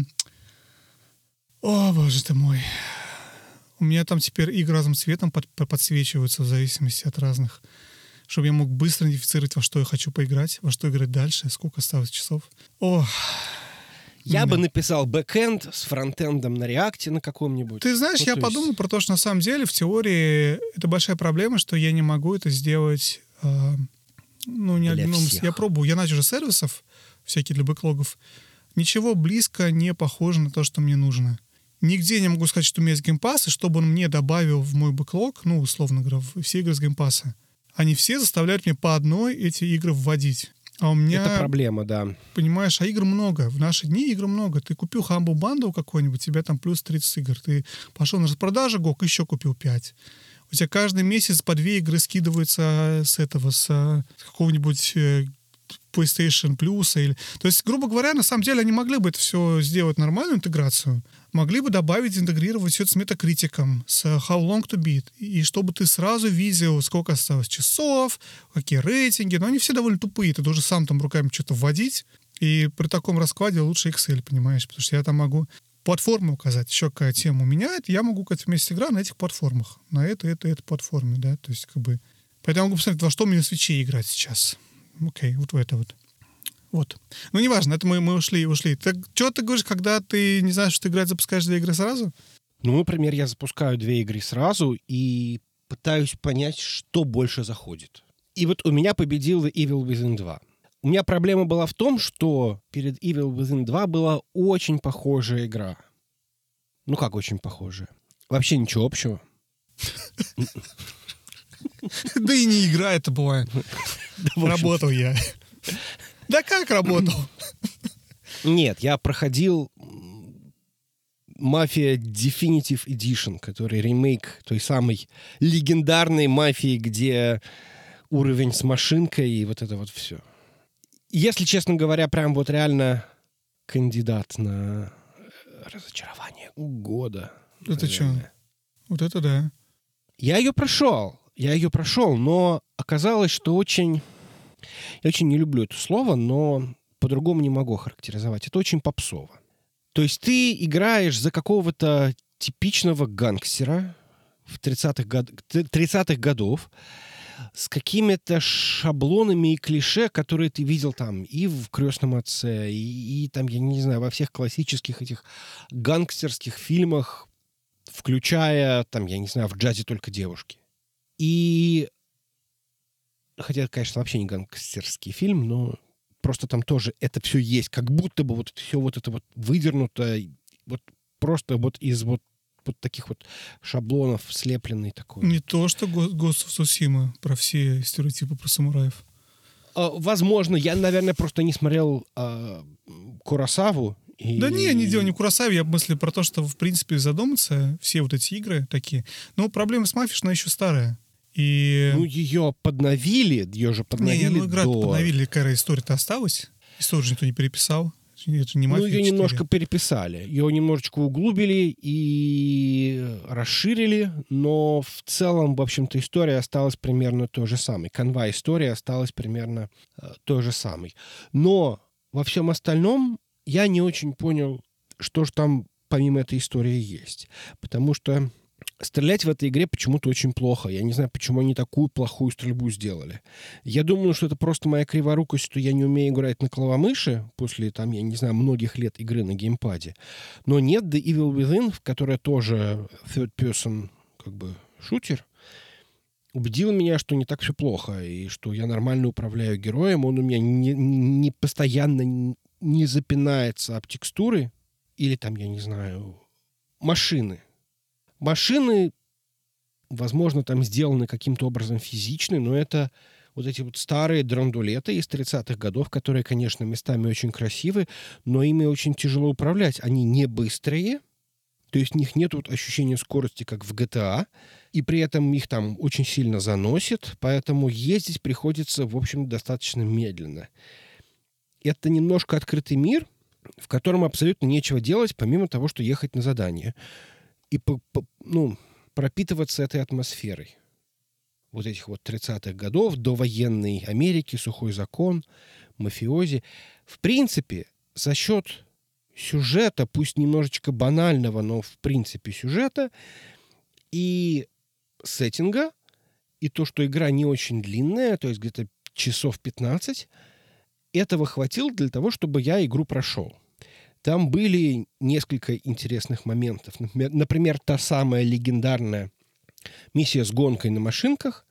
О, боже ты мой. У меня там теперь игры разным цветом подсвечиваются в зависимости от разных. Чтобы я мог быстро идентифицировать, во что я хочу поиграть, во что играть дальше, сколько осталось часов. О, Я бы написал бэкэнд с фронтендом на реакте на каком-нибудь. Ты знаешь, я подумал про то, что на самом деле в теории это большая проблема, что я не могу это сделать. Не одном. Я пробую, я начал же сервисов всякие для бэклогов. Ничего близко не похоже на то, что мне нужно. Нигде не могу сказать, что у меня есть геймпасс, и чтобы он мне добавил в мой бэклог, ну, условно говоря, все игры с геймпасса. Они все заставляют меня по одной эти игры вводить. А у меня... Это проблема, да. Понимаешь, а игр много. В наши дни игр много. Ты купил Humble Bundle какой-нибудь, у тебя там плюс 30 игр. Ты пошел на распродажу, GOG, еще купил 5. У тебя каждый месяц по 2 игры скидываются с какого-нибудь PlayStation Plus. То есть, грубо говоря, на самом деле они могли бы это все сделать нормальную интеграцию. Могли бы добавить, интегрировать все это с метакритиком, с How Long to Beat, и чтобы ты сразу видел, сколько осталось часов, какие рейтинги. Но они все довольно тупые. Ты должен сам там руками что-то вводить. И при таком раскладе лучше Excel, понимаешь? Потому что я там могу платформу указать. Еще какая тема у меня, это я могу вместе играть на этих платформах. На этой платформе, да. То есть, Поэтому я могу посмотреть, во что мне на свече играть сейчас. Окей, вот в это вот. Вот. Ну, неважно, это мы ушли. Так, что ты говоришь, когда ты не знаешь, что играть, запускаешь 2 игры сразу? Ну, например, я запускаю 2 игры сразу и пытаюсь понять, что больше заходит. И вот у меня победила Evil Within 2. У меня проблема была в том, что перед Evil Within 2 была очень похожая игра. Ну, как очень похожая? Вообще ничего общего. Да и не игра это была. Работал я. Да как работал? Нет, я проходил Mafia Definitive Edition, который ремейк той самой легендарной Мафии, где уровень с машинкой и вот это вот все. Если, честно говоря, прям вот реально кандидат на разочарование года. Это что? Вот это да. Я ее прошел, но оказалось, что очень... Я очень не люблю это слово, но по-другому не могу характеризовать. Это очень попсово. То есть ты играешь за какого-то типичного гангстера в 30-х годов с какими-то шаблонами и клише, которые ты видел там и в «Крестном отце», и там, я не знаю, во всех классических этих гангстерских фильмах, включая, там, я не знаю, «В джазе только девушки». И... Хотя, конечно, вообще не гангстерский фильм, но просто там тоже это все есть, как будто бы вот все вот это вот выдернуто, вот просто вот из вот таких вот шаблонов слепленный такой. Не то, что Ghost of Tsushima про все стереотипы про самураев. Возможно, я, наверное, просто не смотрел Куросаву. Да не дело не Куросаве, я мыслю про то, что, в принципе, задуматься, все вот эти игры такие. Но проблема с мафией, что она еще старая. И... Ну, ее же подновили Не, игра подновили, какая история-то осталась. Историю же никто не переписал. Это же не «Мафия 4». Ну, ее немножко переписали. Ее немножечко углубили и расширили, но в целом, в общем-то, история осталась примерно той же самой. Канва истории осталась примерно той же самой. Но во всем остальном я не очень понял, что же там помимо этой истории есть. Потому что стрелять в этой игре почему-то очень плохо. Я не знаю, почему они такую плохую стрельбу сделали. Я думаю, что это просто моя криворукость, что я не умею играть на клавомыши после, там, я не знаю, многих лет игры на геймпаде. Но нет, The Evil Within, которая тоже third-person, как бы, шутер, убедила меня, что не так все плохо, и что я нормально управляю героем, он у меня не постоянно не запинается об текстуры, или там, я не знаю, машины. Машины, возможно, там сделаны каким-то образом физичны, но это вот эти вот старые драндулеты из 30-х годов, которые, конечно, местами очень красивы, но ими очень тяжело управлять. Они не быстрые, то есть у них нет вот ощущения скорости, как в GTA, и при этом их там очень сильно заносит, поэтому ездить приходится, в общем, достаточно медленно. Это немножко открытый мир, в котором абсолютно нечего делать, помимо того, что ехать на задание. И пропитываться этой атмосферой. Вот этих вот 30-х годов, довоенной Америки, сухой закон, мафиози. В принципе, за счет сюжета, пусть немножечко банального, но в принципе сюжета, и сеттинга, и то, что игра не очень длинная, то есть где-то часов 15, этого хватило для того, чтобы я игру прошел. Там были несколько интересных моментов. Например, та самая легендарная миссия с гонкой на машинках.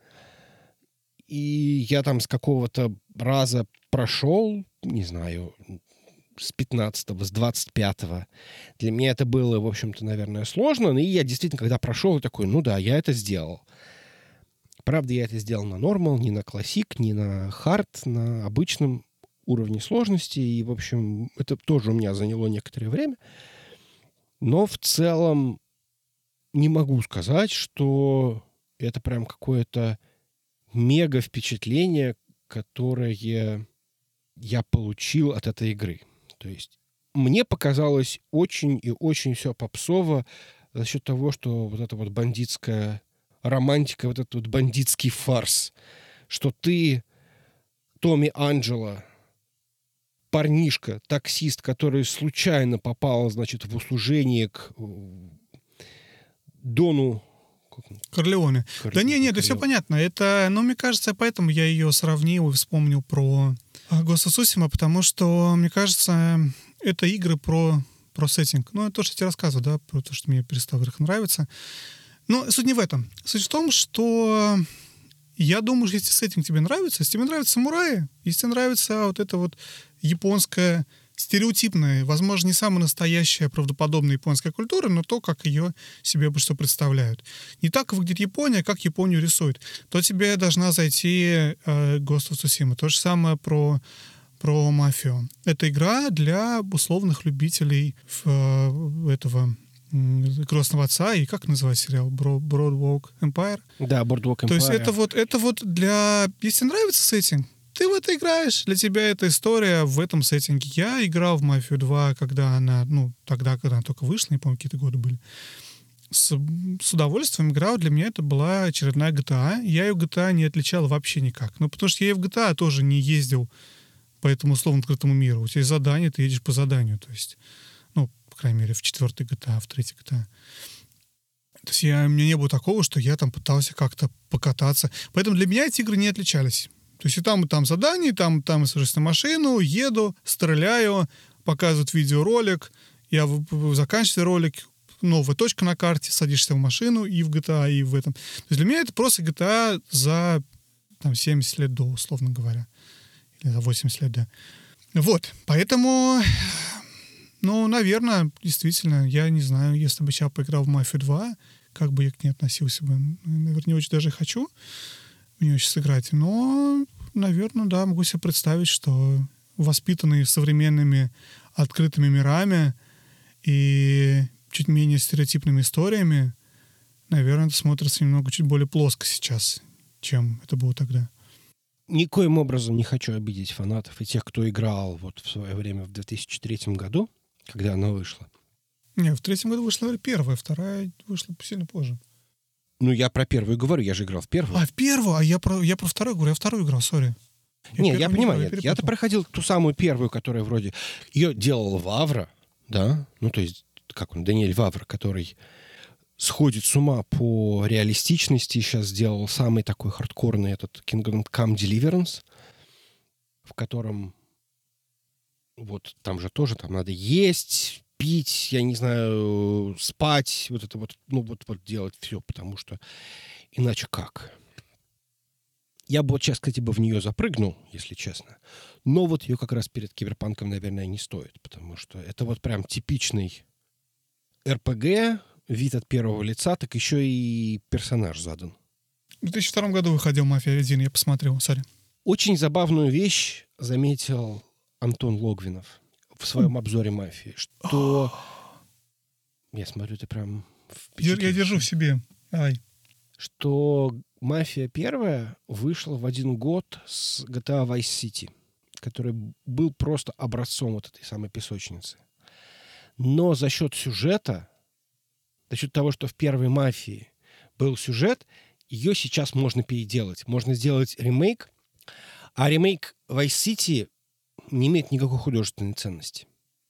И я там с какого-то раза прошел, не знаю, с 15-го, с 25-го. Для меня это было, в общем-то, наверное, сложно. И я действительно, когда прошел, такой, ну да, я это сделал. Правда, я это сделал на нормал, не на классик, не на хард, на обычном уровне сложности, и, в общем, это тоже у меня заняло некоторое время. Но в целом не могу сказать, что это прям какое-то мега впечатление, которое я получил от этой игры. То есть мне показалось очень и очень все попсово за счет того, что вот эта вот бандитская романтика, вот этот вот бандитский фарс, что ты, Томми Анджело, парнишка, таксист, который случайно попал, значит, в услужение к Дону Корлеоне. Да не, это все понятно. Это, мне кажется, поэтому я ее сравнил и вспомнил про Ghost of Tsushima, потому что, мне кажется, это игры про сеттинг. Это то, что я тебе рассказываю, да, про то, что мне перестало их нравиться. Но суть не в этом. Суть в том, что я думаю, что если сеттинг тебе нравится, если тебе нравятся самураи, если тебе нравится вот это вот японская, стереотипная, возможно, не самая настоящая, правдоподобная японская культура, но то, как ее себе что представляют. Не так выглядит Япония, как Японию рисуют. То тебе должна зайти Ghost of Tsushima. То же самое про мафию. Это игра для условных любителей этого «Крестного отца» и как называется сериал? Boardwalk Empire? Да, Boardwalk Empire. То есть это вот для... Если нравится сеттинг, ты в это играешь. Для тебя эта история в этом сеттинге. Я играл в «Мафию 2», когда она... тогда, когда она только вышла, не помню, какие-то годы были. С удовольствием играл. Для меня это была очередная GTA. Я ее GTA не отличал вообще никак. Потому что я и в GTA тоже не ездил по этому условно открытому миру. У тебя есть задание, ты едешь по заданию. То есть, по крайней мере, в 4-й GTA, в 3-й GTA. То есть у меня не было такого, что я там пытался как-то покататься. Поэтому для меня эти игры не отличались. То есть и там задания, там я сажусь на машину, еду, стреляю, показывают видеоролик, я заканчиваю ролик, новая точка на карте, садишься в машину и в GTA, и в этом. То есть для меня это просто GTA за 70 лет до, условно говоря. Или за 80 лет до. Вот, поэтому, ну, наверное, действительно, я не знаю, если бы сейчас поиграл в «Мафию 2», как бы я к ней относился бы. Наверное, не очень даже хочу в нее сейчас сыграть, но, наверное, да, могу себе представить, что воспитанный современными открытыми мирами и чуть менее стереотипными историями, наверное, это смотрится немного чуть более плоско сейчас, чем это было тогда. Никоим образом не хочу обидеть фанатов и тех, кто играл вот в свое время в 2003 году, когда она вышла. Не, в 3-м году вышла первая, вторая вышла сильно позже. Ну, я про первую говорю, я же играл в первую. А, в первую? А я про вторую говорю, я вторую играл, сори. Не, я понимаю, я-то проходил ту самую первую, которая вроде... Ее делал Вавра, да? Ну, то есть, как он, Даниэль Вавра, который сходит с ума по реалистичности, сейчас сделал самый такой хардкорный этот Kingdom Come Deliverance, в котором вот там же тоже там надо есть, пить, я не знаю, спать, вот это вот, ну, вот делать все, потому что иначе как? Я бы вот сейчас, кстати, бы в нее запрыгнул, если честно. Но вот ее как раз перед Киберпанком, наверное, не стоит, потому что это вот прям типичный РПГ, вид от первого лица, так еще и персонаж задан. В 2002 году выходил «Мафия 1», я посмотрел, сори. Очень забавную вещь заметил Антон Логвинов в своем обзоре «Мафии», что... Я смотрю, ты прям... Я держу в себе. Давай. Что «Мафия» первая вышла в один год с GTA Vice City, который был просто образцом вот этой самой песочницы. Но за счет сюжета, за счет того, что в первой «Мафии» был сюжет, ее сейчас можно переделать. Можно сделать ремейк, а ремейк Vice City не имеет никакой художественной ценности.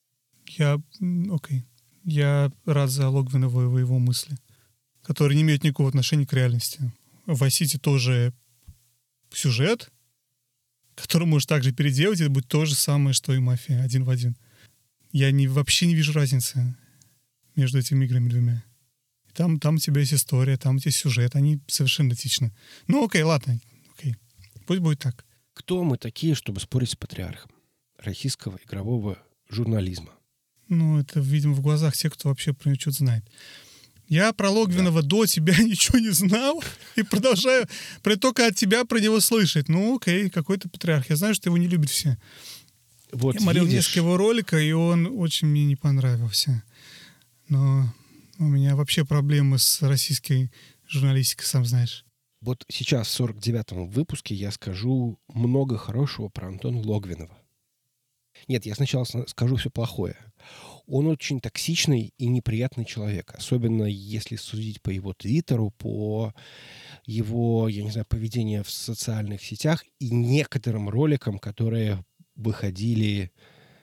Окей. Я рад за Логвинова и его мысли, которые не имеют никакого отношения к реальности. В Vice City тоже сюжет, который можешь также переделать, это будет то же самое, что и «Мафия», один в один. Я вообще не вижу разницы между этими играми двумя. Там у тебя есть история, там у тебя есть сюжет, они совершенно идентичны. Ну, окей, ладно, окей. Пусть будет так. Кто мы такие, чтобы спорить с патриархом российского игрового журнализма? Ну, это, видимо, в глазах тех, кто вообще про него что-то знает. Я про Логвинова до тебя ничего не знал и продолжаю только от тебя про него слышать. Ну, окей, какой-то патриарх. Я знаю, что его не любят все. Вот я смотрел несколько его ролика, и он очень мне не понравился. Но у меня вообще проблемы с российской журналистикой, сам знаешь. Вот сейчас в 49-м выпуске я скажу много хорошего про Антона Логвинова. Нет, я сначала скажу все плохое. Он очень токсичный и неприятный человек. Особенно если судить по его твиттеру, по его, я не знаю, поведению в социальных сетях и некоторым роликам, которые выходили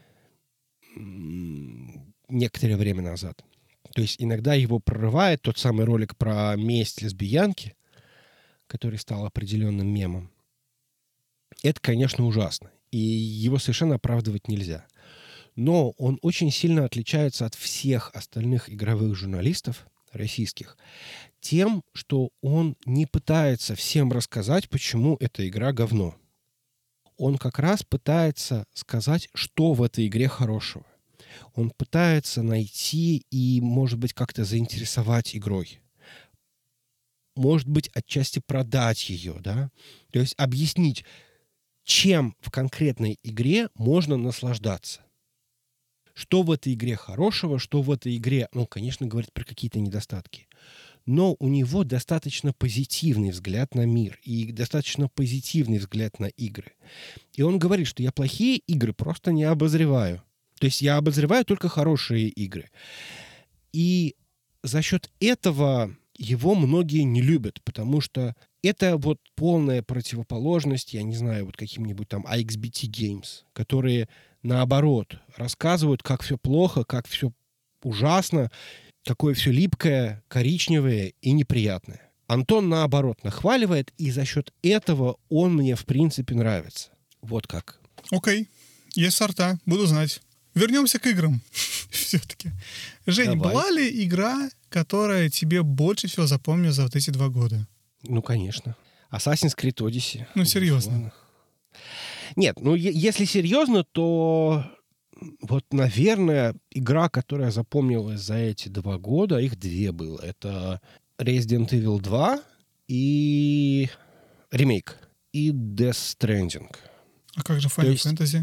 некоторое время назад. То есть иногда его прорывает тот самый ролик про месть лесбиянки, который стал определенным мемом. Это, конечно, ужасно. И его совершенно оправдывать нельзя. Но он очень сильно отличается от всех остальных игровых журналистов российских тем, что он не пытается всем рассказать, почему эта игра говно. Он как раз пытается сказать, что в этой игре хорошего. Он пытается найти и, может быть, как-то заинтересовать игрой. Может быть, отчасти продать ее, да? То есть объяснить, чем в конкретной игре можно наслаждаться. Что в этой игре хорошего, что в этой игре, ну, конечно, говорит про какие-то недостатки. Но у него достаточно позитивный взгляд на мир и достаточно позитивный взгляд на игры. И он говорит, что я плохие игры просто не обозреваю. То есть я обозреваю только хорошие игры. И за счет этого его многие не любят, потому что это вот полная противоположность, я не знаю, вот каким-нибудь там IXBT Games, которые, наоборот, рассказывают, как все плохо, как все ужасно, какое все липкое, коричневое и неприятное. Антон, наоборот, нахваливает, и за счет этого он мне, в принципе, нравится. Вот как. Окей. Есть сорта, буду знать. Вернемся к играм. Все-таки. Жень, Давай. была ли игра, которая тебе больше всего запомнилась за вот эти 2 года? Ну, конечно. Assassin's Creed Odyssey. Ну, серьезно. Нет, ну если серьезно, то вот, наверное, игра, которая запомнилась за эти 2 года, их 2 было. Это Resident Evil 2 и ремейк, и Death Stranding. А как же То Final есть- Fantasy?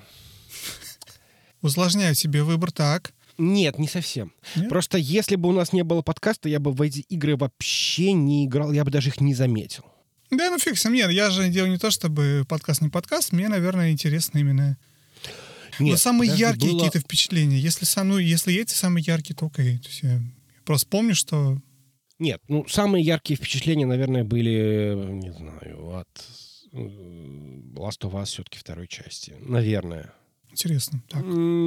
Усложняю себе выбор так. Нет, не совсем. Нет? Просто если бы у нас не было подкаста, я бы в эти игры вообще не играл, я бы даже их не заметил. Да, ну фиг с ним. Нет, я же делаю не то, чтобы подкаст не подкаст. Мне, наверное, интересно именно... Нет, Но самые подожди, яркие было- какие-то впечатления. Если эти самые яркие, то окей. То есть я просто помню, что... Нет, ну, самые яркие впечатления, наверное, были, не знаю, от Last of Us все-таки второй части. Наверное. Интересно. Так.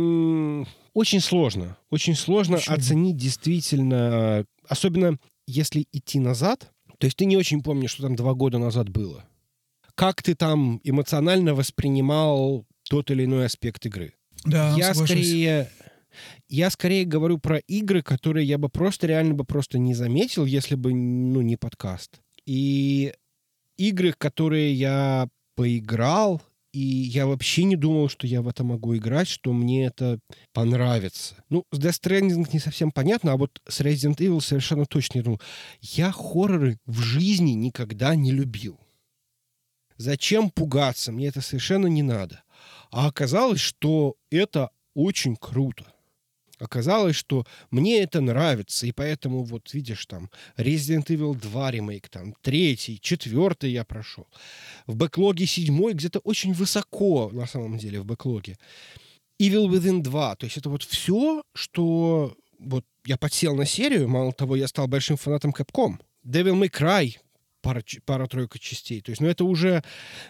Очень сложно. Очень сложно Почему? оценить действительно, особенно если идти назад. То есть ты не очень помнишь, что там 2 года назад было. Как ты там эмоционально воспринимал тот или иной аспект игры. Да, Я соглашусь. скорее говорю про игры, которые я бы реально не заметил, если бы, не подкаст. И игры, которые я поиграл, и я вообще не думал, что я в это могу играть, что мне это понравится. Ну, с Death Stranding не совсем понятно, а вот с Resident Evil совершенно точно. Я думал, я хорроры в жизни никогда не любил. Зачем пугаться? Мне это совершенно не надо. А оказалось, что это очень круто. Оказалось, что мне это нравится, и поэтому, вот видишь, там, Resident Evil 2 ремейк, там, 3, 4 я прошел. В бэклоге 7 где-то очень высоко, на самом деле, в бэклоге. Evil Within 2, то есть это вот все, что... Вот я подсел на серию, мало того, я стал большим фанатом Capcom. Devil May Cry, пара-тройка частей. То есть, ну, это уже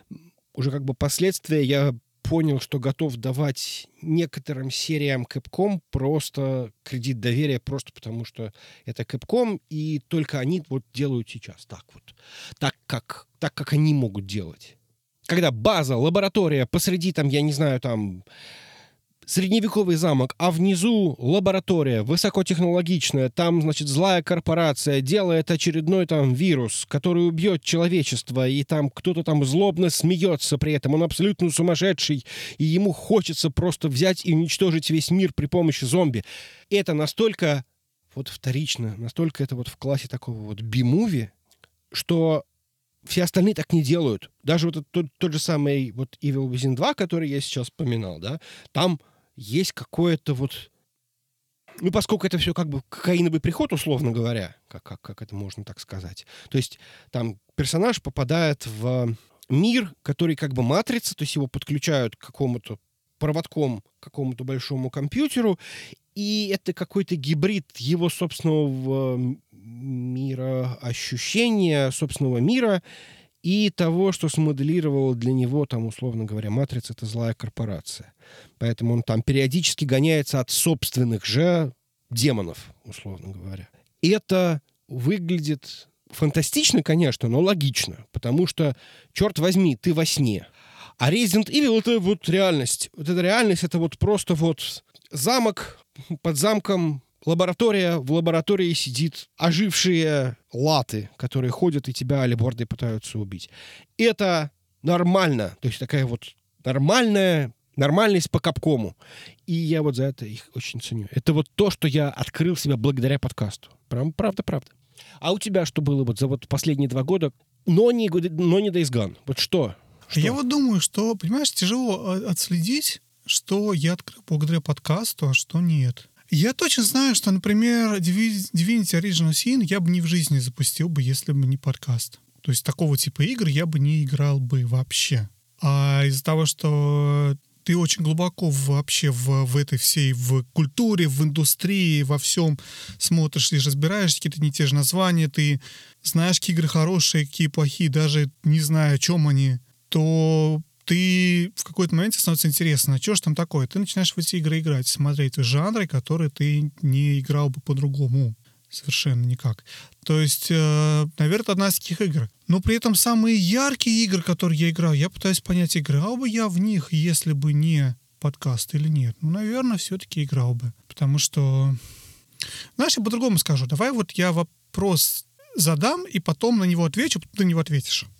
как бы последствия. Я понял, что готов давать некоторым сериям Capcom просто кредит доверия, просто потому что это Capcom, и только они вот делают сейчас так вот. Так, как они могут делать. Когда база, лаборатория, посреди там, я не знаю, там... Средневековый замок, а внизу лаборатория, высокотехнологичная, там, значит, злая корпорация делает очередной там вирус, который убьет человечество, и там кто-то там злобно смеется при этом, он абсолютно сумасшедший, и ему хочется просто взять и уничтожить весь мир при помощи зомби. Это настолько вот вторично, настолько это вот в классе такого вот би-муви, что все остальные так не делают. Даже вот тот же самый вот Evil Within 2, который я сейчас вспоминал, да, там есть какое-то вот... Ну, поскольку это все как бы кокаиновый приход, условно говоря, как это можно так сказать. То есть там персонаж попадает в мир, который как бы матрица, то есть его подключают к какому-то проводком, к какому-то большому компьютеру, и это какой-то гибрид его собственного мира, ощущения собственного мира и того, что смоделировала для него, там, условно говоря, матрица — это злая корпорация. Поэтому он там периодически гоняется от собственных же демонов, условно говоря. И это выглядит фантастично, конечно, но логично, потому что, черт возьми, ты во сне. А Resident Evil — это вот реальность. Вот эта реальность — это вот просто вот замок, под замком лаборатория, в лаборатории сидит ожившие латы, которые ходят и тебя алебордой пытаются убить. Это нормально. То есть такая вот нормальность по Капкому. И я вот за это их очень ценю. Это вот то, что я открыл себя благодаря подкасту. Правда. А у тебя что было вот за вот последние 2 года, но не Days Gone? Вот что? Я вот думаю, что, понимаешь, тяжело отследить, что я открыл благодаря подкасту, а что нет. Я точно знаю, что, например, Divinity Original Sin я бы ни в жизни запустил бы, если бы не подкаст. То есть такого типа игр я бы не играл бы вообще. А из-за того, что ты очень глубоко вообще в этой всей, в культуре, в индустрии, во всем смотришь и разбираешься, какие-то не те же названия, ты знаешь, какие игры хорошие, какие плохие, даже не зная, о чем они, то ты в какой-то момент становится интересно, что же там такое? Ты начинаешь в эти игры играть, смотреть в жанры, которые ты не играл бы по-другому. Совершенно никак. То есть, наверное, это одна из таких игр. Но при этом самые яркие игры, которые я играл, я пытаюсь понять, играл бы я в них, если бы не подкаст или нет. Ну, наверное, все-таки играл бы. Потому что... Знаешь, я по-другому скажу. Давай вот я вопрос задам, и потом на него отвечу, потом ты на него ответишь.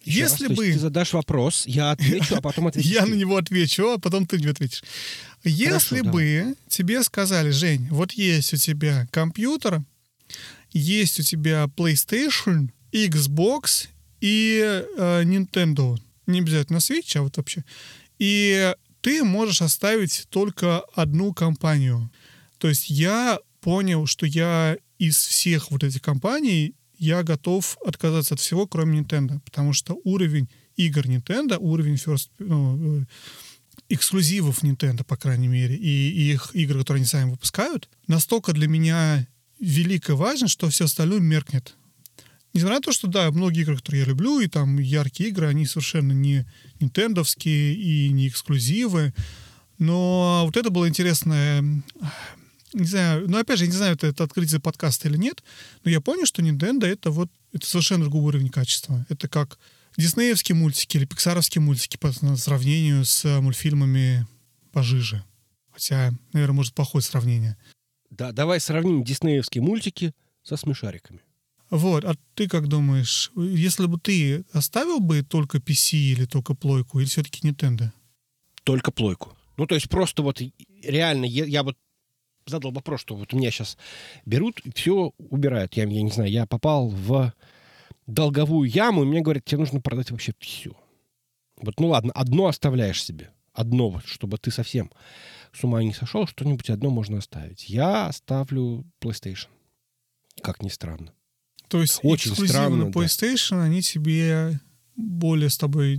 Если бы... Ты задашь вопрос, я отвечу, а потом ответишь. Я на него отвечу, а потом ты мне ответишь. Если бы тебе сказали: Жень, вот есть у тебя компьютер, есть у тебя PlayStation, Xbox и Nintendo, не обязательно Switch, а вот вообще, и ты можешь оставить только одну компанию. То есть я понял, что я из всех вот этих компаний я готов отказаться от всего, кроме Nintendo, потому что уровень игр Nintendo, уровень эксклюзивов Nintendo, по крайней мере, и их игр, которые они сами выпускают, настолько для меня велик и важен, что все остальное меркнет. Несмотря на то, что, да, многие игры, которые я люблю, и там яркие игры, они совершенно не нинтендовские и не эксклюзивы, но вот это было интересное... Не знаю, ну, опять же, я не знаю, это открытие подкаста или нет, но я понял, что Nintendo это совершенно другой уровень качества. Это как диснеевские мультики или пиксаровские мультики по сравнению с мультфильмами пожиже. Хотя, наверное, может, плохое сравнение. Да, давай сравним диснеевские мультики со смешариками. Вот, а ты как думаешь, если бы ты оставил бы только PC или только плойку, или все-таки Nintendo? Только плойку. Ну, то есть просто вот реально я вот задал вопрос, что вот у меня сейчас берут, все убирают. Я не знаю, я попал в долговую яму, и мне говорят, тебе нужно продать вообще все. Вот, ну ладно, одно оставляешь себе. Одно, вот, чтобы ты совсем с ума не сошел, что-нибудь одно можно оставить. Я оставлю PlayStation. Как ни странно. То есть очень эксклюзивы странно, на PlayStation, да, они тебе более с тобой...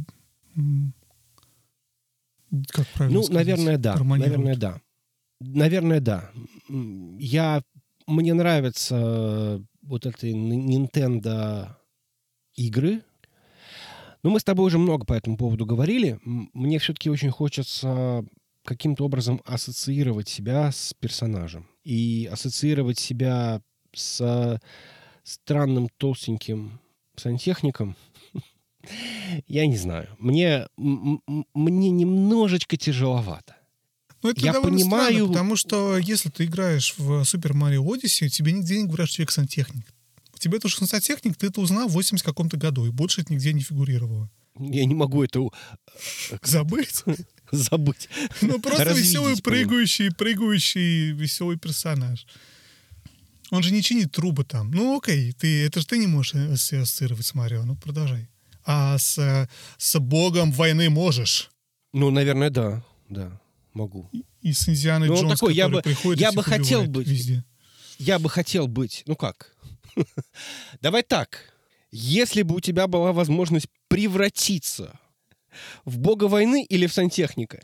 Как правильно сказать? Наверное, да. Наверное, да. Мне нравятся вот эти Nintendo игры. Но мы с тобой уже много по этому поводу говорили. Мне все-таки очень хочется каким-то образом ассоциировать себя с персонажем. И ассоциировать себя с странным толстеньким сантехником. Я не знаю. Мне немножечко тяжеловато. Ну, это довольно странно, потому что если ты играешь в Super Mario Odyssey, тебе нигде не говорят, что человек сантехник. У тебя то, что сантехник, ты это узнал в 80 каком-то году, и больше это нигде не фигурировало. Я не могу это... Забыть? Забыть. Ну, просто веселый, прыгающий веселый персонаж. Он же не чинит трубы там. Ну, окей, это же ты не можешь ассоциировать с Марио. Ну, продолжай. А с Богом войны можешь. Ну, наверное, да. Да, могу. И с Индианой Джонс, такой, который приходит я и бы всех хотел убивает быть везде. Я бы хотел быть... Ну как? Давай так. Если бы у тебя была возможность превратиться в бога войны или в сантехника?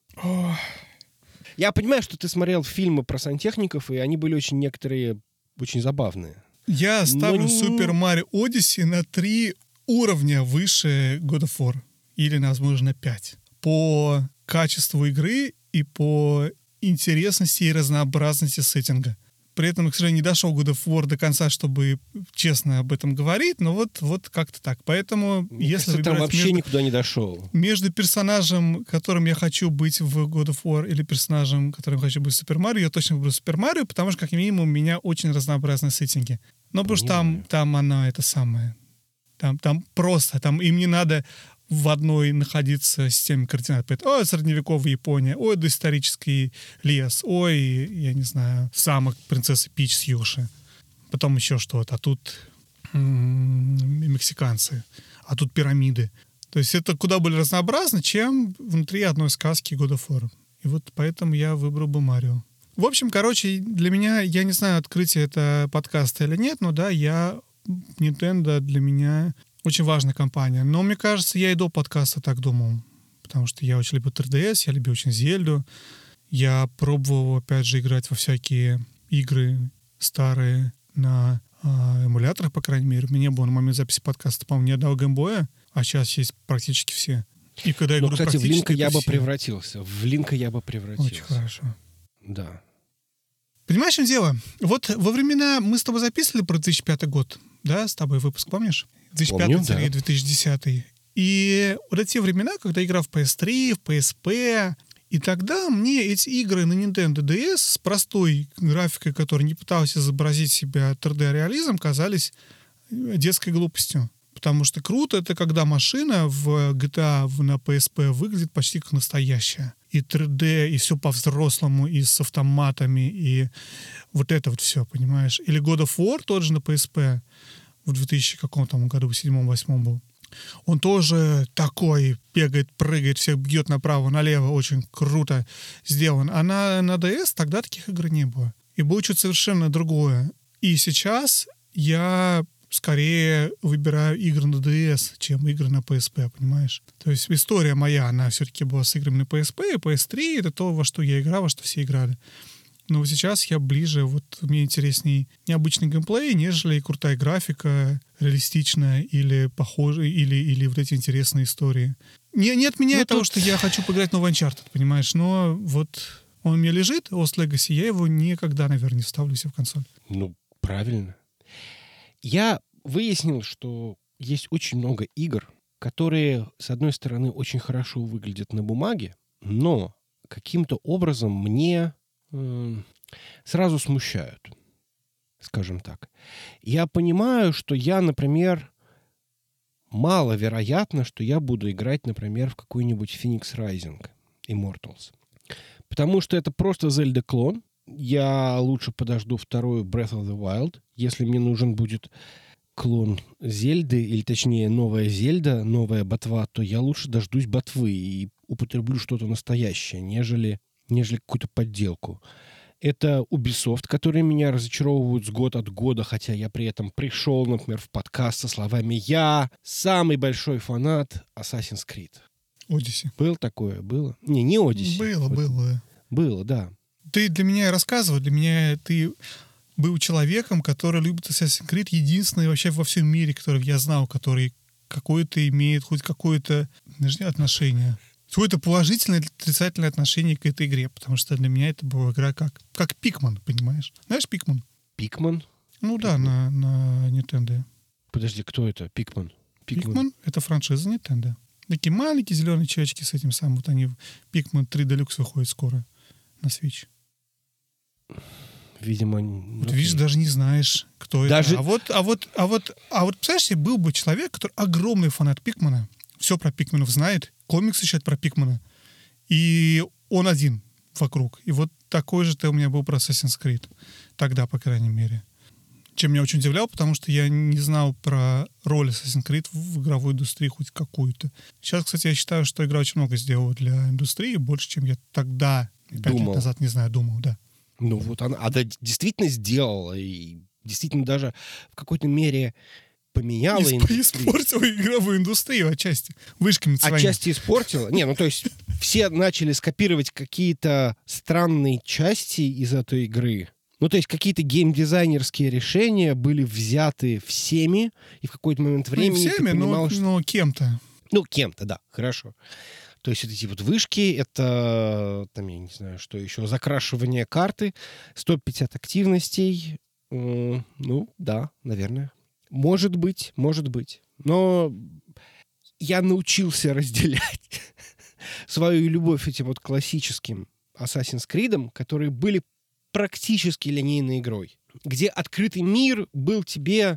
Я понимаю, что ты смотрел фильмы про сантехников, и они были некоторые очень забавные. Я ставлю Super Mario Odyssey на 3 уровня выше God of War. Или, возможно, на 5. По качеству игры и по интересности и разнообразности сеттинга. При этом, к сожалению, не дошел God of War до конца, чтобы честно об этом говорить, но вот как-то так. Поэтому, если выбирать там вообще никуда не дошел. Между персонажем, которым я хочу быть в God of War, или персонажем, которым я хочу быть в Super Mario, я точно выберу Super Mario, потому что, как минимум, у меня очень разнообразные сеттинги. Ну, потому что там она это самое. Там просто, им не надо в одной находиться системе координат. Ой, средневековая Япония, ой, доисторический лес, ой, я не знаю, замок принцессы Пич с Йоши. Потом еще что-то. А тут мексиканцы. А тут пирамиды. То есть это куда более разнообразно, чем внутри одной сказки God of War. И вот поэтому я выбрал бы Марио. В общем, для меня, я не знаю, открытие это подкаста или нет, но да, Nintendo для меня очень важная компания. Но мне кажется, я и до подкаста так думал. Потому что я очень люблю 3DS, я люблю очень Зельду. Я пробовал, опять же, играть во всякие игры старые на эмуляторах, по крайней мере. У меня не было на момент записи подкаста, по-моему, ни одного геймбоя, а сейчас есть практически все. И когда я говорю кстати, в Линка я бы все. превратился. Очень хорошо. Да. Понимаешь, в чем дело? Вот во времена... Мы с тобой записывали про 2005 год, да, с тобой выпуск, помнишь? 2005-2010. И вот эти времена, когда я играл в PS3, в PSP, и тогда мне эти игры на Nintendo DS с простой графикой, которая не пыталась изобразить себя 3D-реализм, казались детской глупостью. Потому что круто — это когда машина в GTA на PSP выглядит почти как настоящая. И 3D, и все по-взрослому, и с автоматами, и вот это вот все, понимаешь? Или God of War тот же на PSP в 2000 каком-то году, 7-8 был. Он тоже такой, бегает, прыгает, всех бьет направо-налево, очень круто сделан. А на DS тогда таких игр не было. И было что-то совершенно другое. И сейчас я скорее выбираю игры на DS, чем игры на PSP, понимаешь? То есть история моя, она все-таки была с играми на PSP, и PS3 — это то, во что я играл, во что все играли. Но вот сейчас я ближе, вот мне интересней необычный геймплей, нежели крутая графика, реалистичная или похожая, или вот эти интересные истории. Не отменяет того, что я хочу поиграть в новый Uncharted, понимаешь? Но вот он у меня лежит, Lost Legacy, я его никогда, наверное, не ставлю себе в консоль. Ну, правильно. Я выяснил, что есть очень много игр, которые, с одной стороны, очень хорошо выглядят на бумаге, но каким-то образом мне сразу смущают, скажем так. Я понимаю, что я, например, маловероятно, что я буду играть, например, в какой-нибудь Phoenix Rising Immortals. Потому что это просто Zelda-клон. Я лучше подожду вторую Breath of the Wild. Если мне нужен будет клон Зельды, или точнее новая Зельда, новая ботва, то я лучше дождусь ботвы и употреблю что-то настоящее, нежели какую-то подделку. Это Ubisoft, которые меня разочаровывают с год от года, хотя я при этом пришел, например, в подкаст со словами «Я самый большой фанат Assassin's Creed». Odyssey. Было такое? Было? Не Odyssey. Было. Было, да. Ты для меня рассказывал, для меня ты был человеком, который любит Assassin's Creed, единственный вообще во всем мире, который я знал, который какое-то имеет хоть какое-то, даже не отношение, какое-то положительное или отрицательное отношение к этой игре, потому что для меня это была игра как Пикман, понимаешь? Знаешь Пикман? Пикман? Ну да, на Nintendo. Подожди, кто это? Пикман? Пикман — это франшиза Nintendo. Такие маленькие зеленые человечки с этим самым. Вот они, Пикман 3 Deluxe выходит скоро на Switch. Видимо... Вот видишь, даже не знаешь, кто даже... это. А вот, представляешь себе, был бы человек, который огромный фанат Пикмана, все про Пикманов знает, комиксы читает про Пикмана, и он один вокруг. И вот такой же у меня был про Assassin's Creed. Тогда, по крайней мере. Чем меня очень удивлял, потому что я не знал про роль Assassin's Creed в игровой индустрии хоть какую-то. Сейчас, кстати, я считаю, что игра очень много сделала для индустрии, больше, чем я тогда, 5 лет назад, не знаю, думал, да. Ну вот она действительно сделала, и действительно даже в какой-то мере поменяла индустрию. Испортила игровую индустрию отчасти. Вышками своими. Отчасти испортила. Не, ну то есть все начали скопировать какие-то странные части из этой игры. Ну, то есть какие-то геймдизайнерские решения были взяты всеми, и в какой-то момент времени не всеми, ты понимал, но кем-то. Ну, кем-то, да, хорошо. То есть эти вот вышки, это, там, я не знаю, что еще, закрашивание карты, 150 активностей. Ну, да, наверное. Может быть. Но я научился разделять свою любовь этим вот классическим Assassin's Creed'ам, которые были практически линейной игрой, где открытый мир был тебе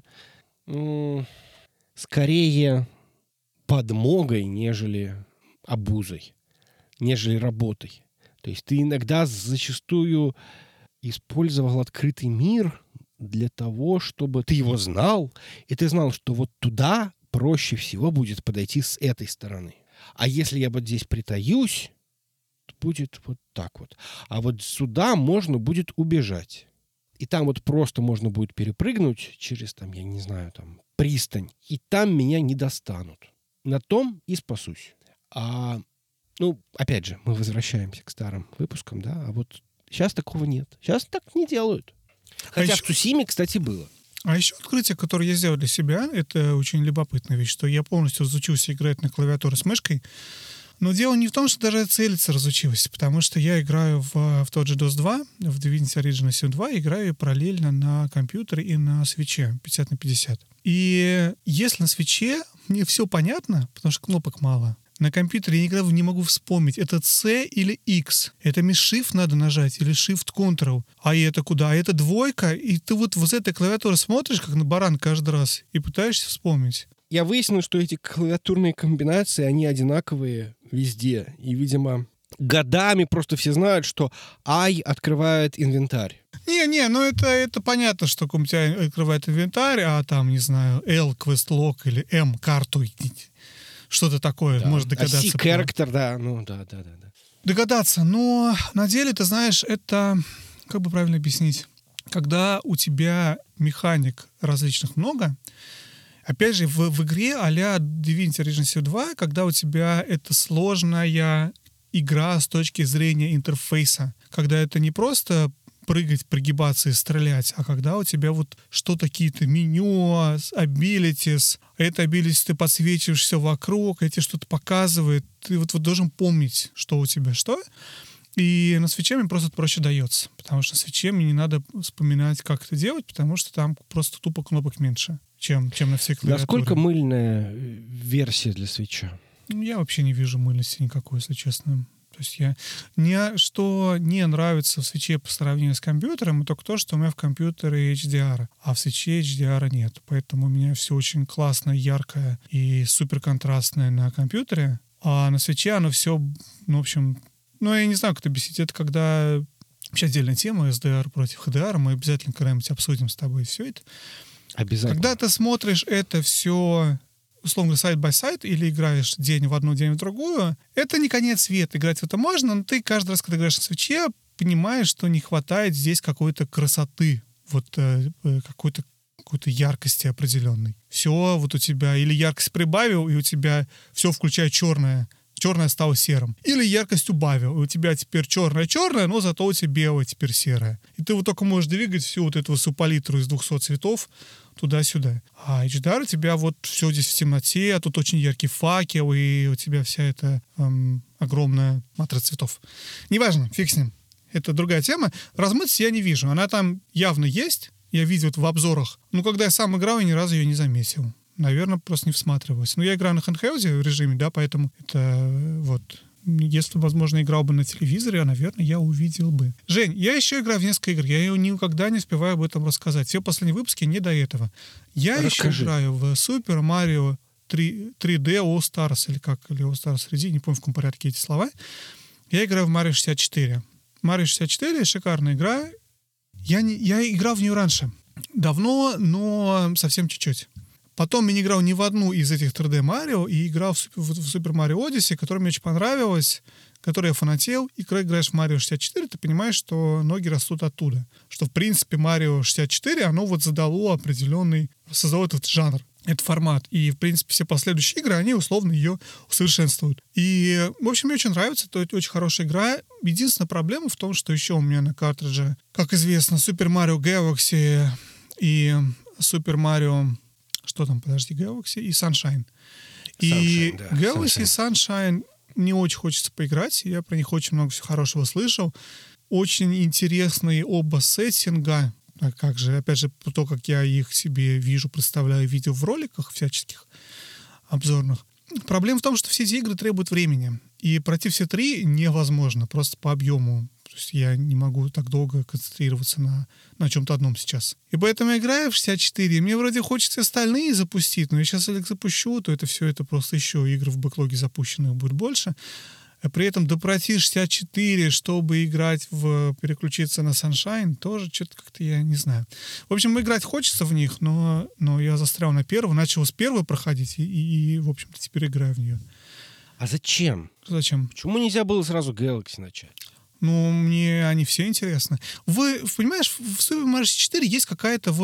скорее подмогой, нежели обузой, нежели работой. То есть ты иногда зачастую использовал открытый мир для того, чтобы ты его знал, и ты знал, что вот туда проще всего будет подойти с этой стороны. А если я вот здесь притаюсь, будет вот так вот. А вот сюда можно будет убежать. И там вот просто можно будет перепрыгнуть через, там, я не знаю, там, пристань. И там меня не достанут. На том и спасусь. Ну, опять же, мы возвращаемся к старым выпускам, да, а вот сейчас такого нет. Сейчас так не делают. Хотя в Цусиме, кстати, было. А еще открытие, которое я сделал для себя, это очень любопытная вещь, что я полностью разучился играть на клавиатуре с мышкой. Но дело не в том, что даже целиться разучилась, потому что я играю в тот же DOS 2, в Divinity Original Sin 2, играю параллельно на компьютере и на свитче 50/50. И если на свитче мне все понятно, потому что кнопок мало, на компьютере я никогда не могу вспомнить, это C или X, это Shift надо нажать или Shift-Ctrl, а это куда? А это двойка, и ты вот с этой клавиатуры смотришь, как на баран каждый раз, и пытаешься вспомнить. я выяснил, что эти клавиатурные комбинации, они одинаковые везде. И, видимо, годами просто все знают, что I открывает инвентарь. Не, ну это понятно, что у тебя открывает инвентарь, а там, не знаю, L квест-лог или M карту, что-то такое, Да. может догадаться. C character, да, ну да. Догадаться, но на деле, ты знаешь, это, как бы правильно объяснить, когда у тебя механик различных много, опять же, в игре а-ля Divinity Regency 2, когда у тебя это сложная игра с точки зрения интерфейса, когда это не просто прыгать, прогибаться и стрелять, а когда у тебя вот что-то, какие-то меню, abilities, это abilities ты подсвечиваешься вокруг, эти что-то показывает, ты вот должен помнить, что у тебя что. И на свитче мне просто проще дается, потому что на свитче мне не надо вспоминать, как это делать, потому что там просто тупо кнопок меньше, чем на всей клавиатуре. Насколько мыльная версия для свитча? Я вообще не вижу мыльности никакой, если честно. То есть что не нравится в свитче по сравнению с компьютером, только то, что у меня в компьютере HDR, а в свитче HDR нет. Поэтому у меня все очень классное, яркое и суперконтрастное на компьютере, а на свитче оно все, ну, в общем, ну, я не знаю, как это объяснить. Это когда... Вообще отдельная тема, SDR против HDR, мы обязательно когда-нибудь обсудим с тобой все это. Обязательно. Когда ты смотришь это все, условно, сайд-бай-сайд, или играешь день в одну, день в другую, это не конец света. Играть в это можно, но ты каждый раз, когда играешь на свитче, понимаешь, что не хватает здесь какой-то красоты, вот какой-то яркости определенной. Все, вот у тебя или яркость прибавил, и у тебя все, включая черное стало серым. Или яркость убавил, и у тебя теперь черное-черное, но зато у тебя белое теперь серое. И ты вот только можешь двигать всю вот эту супалитру из 200 цветов туда-сюда. А HDR у тебя вот все здесь в темноте, а тут очень яркий факел, и у тебя вся эта огромная матрица цветов. Неважно, фиг с ним. Это другая тема. Размытость я не вижу. Она там явно есть. Я видел это в обзорах. Но когда я сам играл, я ни разу ее не заметил. Наверное, просто не всматривался. Но я играю на handheld режиме, да, поэтому это вот... Если, возможно, играл бы на телевизоре, наверное, я увидел бы. Жень, я еще играю в несколько игр. Я ее никогда не успеваю об этом рассказать. Все последние выпуски не до этого. Я еще играю в Super Mario 3D All Stars, или All Stars 3D, не помню, в каком порядке эти слова. Я играю в Mario 64. Mario 64 — шикарная игра. Я играл в нее раньше. Давно, но совсем чуть-чуть. Потом я не играл ни в одну из этих 3D Марио и играл в Super Mario Odyssey, которая мне очень понравилась, которой я фанател. И когда играешь в Mario 64, ты понимаешь, что ноги растут оттуда. Что, в принципе, Mario 64, оно вот создало этот жанр, этот формат. И, в принципе, все последующие игры, они условно ее усовершенствуют. И, в общем, мне очень нравится. Это очень хорошая игра. Единственная проблема в том, что еще у меня на картридже, как известно, Super Mario Galaxy и Super Mario... Что там, Galaxy и Sunshine. И да, Galaxy и Sunshine мне очень хочется поиграть. Я про них очень много всего хорошего слышал. Очень интересные оба сеттинга. А как же, опять же, то, как я их себе вижу, представляю, видел в роликах всяческих обзорных. Проблема в том, что все эти игры требуют времени. И пройти все три невозможно, просто по объему. То есть я не могу так долго концентрироваться на чем-то одном сейчас. И поэтому я играю в 64. Мне вроде хочется остальные запустить, но я сейчас их запущу, то это просто еще игры в бэклоге запущенных будет больше. А при этом допройти 64, чтобы переключиться на Sunshine, тоже что-то как-то я не знаю. В общем, играть хочется в них, но я застрял на первом, начал с первой проходить и в общем-то, теперь играю в нее. А зачем? Зачем? Почему нельзя было сразу Galaxy начать? Ну, мне они все интересны. Понимаешь, в Super Mario 64 есть какая-то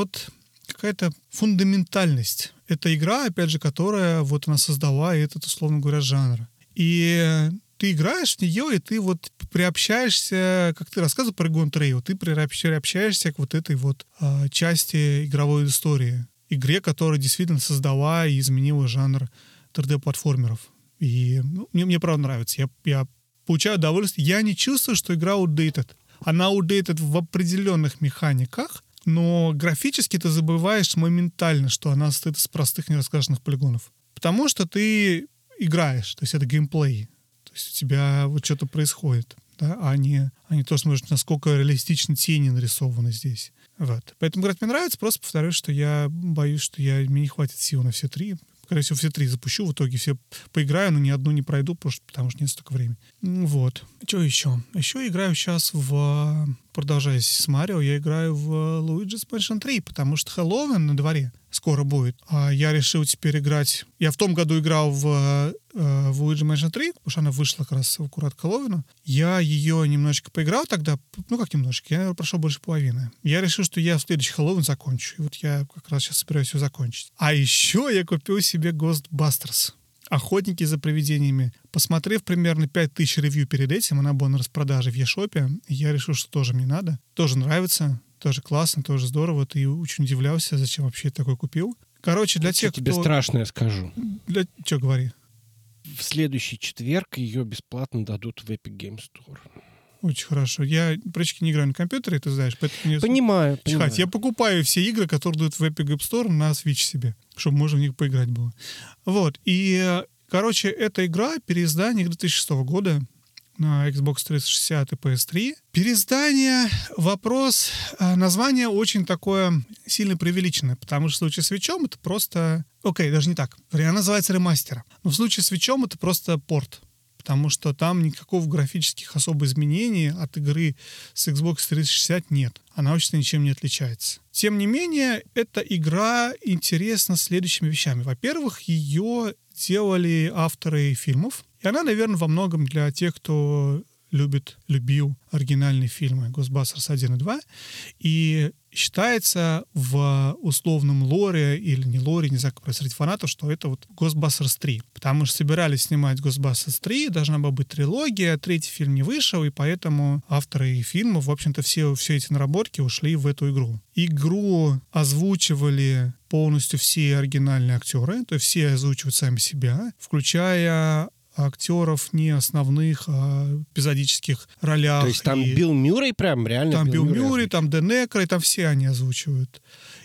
фундаментальность. Это игра, опять же, которая вот она создала этот, условно говоря, жанр. И ты играешь в нее, и ты вот приобщаешься, как ты рассказывал про Gone Trail, ты приобщаешься к вот этой вот части игровой истории. Игре, которая действительно создала и изменила жанр 3D-платформеров. И мне правда нравится. Я получаю удовольствие. Я не чувствую, что игра outdated. Она outdated в определенных механиках, но графически ты забываешь моментально, что она состоит из простых нераскрашенных полигонов. Потому что ты играешь, то есть это геймплей. То есть у тебя вот что-то происходит, да, а не то, что, может, насколько реалистично тени нарисованы здесь. Вот. Поэтому играть мне нравится, просто повторюсь, что я боюсь, что мне не хватит сил на все три. скорее всего, все 3 запущу, в итоге все поиграю, но ни одну не пройду, потому что нет столько времени. Вот. Что еще? Еще играю сейчас продолжаясь с Марио, я играю в Luigi's Mansion 3, потому что Хэллоуин на дворе скоро будет. А я решил теперь играть... Я в том году играл в Luigi's Mansion 3, потому что она вышла как раз аккурат к Хэллоуину. Я ее немножечко поиграл тогда, как немножечко, я, наверное, прошел больше половины. Я решил, что я в следующий Хэллоуин закончу. И вот я как раз сейчас собираюсь ее закончить. А еще я купил себе Ghostbusters. «Охотники за привидениями». Посмотрев примерно 5000 ревью перед этим, она была на распродаже в eShop, я решил, что тоже мне надо. Тоже нравится, тоже классно, тоже здорово. Ты очень удивлялся, зачем вообще я такой купил. Короче, для тех, кто... Я тебе страшное скажу. Че говори? В следующий четверг ее бесплатно дадут в Epic Games Store. Очень хорошо. Я практически не играю на компьютере, ты знаешь, поэтому мне... Понимаю. Я покупаю все игры, которые дают в Epic Games Store на Switch себе, чтобы можно в них поиграть было. Вот. И, короче, эта игра, переиздание 2006 года на Xbox 360 и PS3. Переиздание, вопрос, название очень такое сильно преувеличенное, потому что в случае с Switch'ом это просто... даже не так. Она называется ремастер. Но в случае с Switch'ом это просто порт. Потому что там никакого графических особо изменений от игры с Xbox 360 нет. Она вообще ничем не отличается. Тем не менее, эта игра интересна следующими вещами. Во-первых, ее делали авторы фильмов. И она, наверное, во многом для тех, кто любил оригинальные фильмы Ghostbusters 1 и 2. И считается в условном лоре, или не лоре, не знаю, как среди фанатов, что это вот Ghostbusters 3. Потому что собирались снимать Ghostbusters 3, должна была быть трилогия, 3-й фильм не вышел, и поэтому авторы фильмов, в общем-то, все эти наработки ушли в эту игру. Игру озвучивали полностью все оригинальные актеры, то есть все озвучивают сами себя, включая актеров не основных, а эпизодических ролях. То есть там Билл Мюррей прям реально? Там Билл Мюррей, там Дэн Экройд, там все они озвучивают.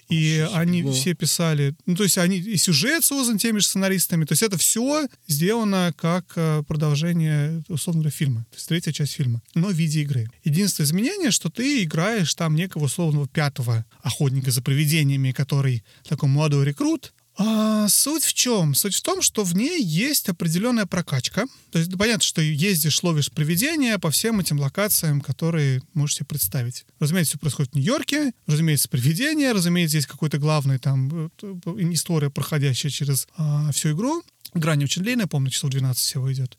И они все писали... то есть они и сюжет создан теми же сценаристами. То есть это все сделано как продолжение, условно говоря, фильма. То есть 3-я часть фильма, но в виде игры. Единственное изменение, что ты играешь там некого условного 5-го охотника за привидениями, который такой молодой рекрут. А суть в чем? Суть в том, что в ней есть определенная прокачка. То есть понятно, что ездишь, ловишь привидения по всем этим локациям, которые можете себе представить. Разумеется, все происходит в Нью-Йорке, разумеется, привидения, разумеется, есть какой-то главный там история, проходящая через всю игру. Игра не очень длинная, помню, часов 12 всего идет.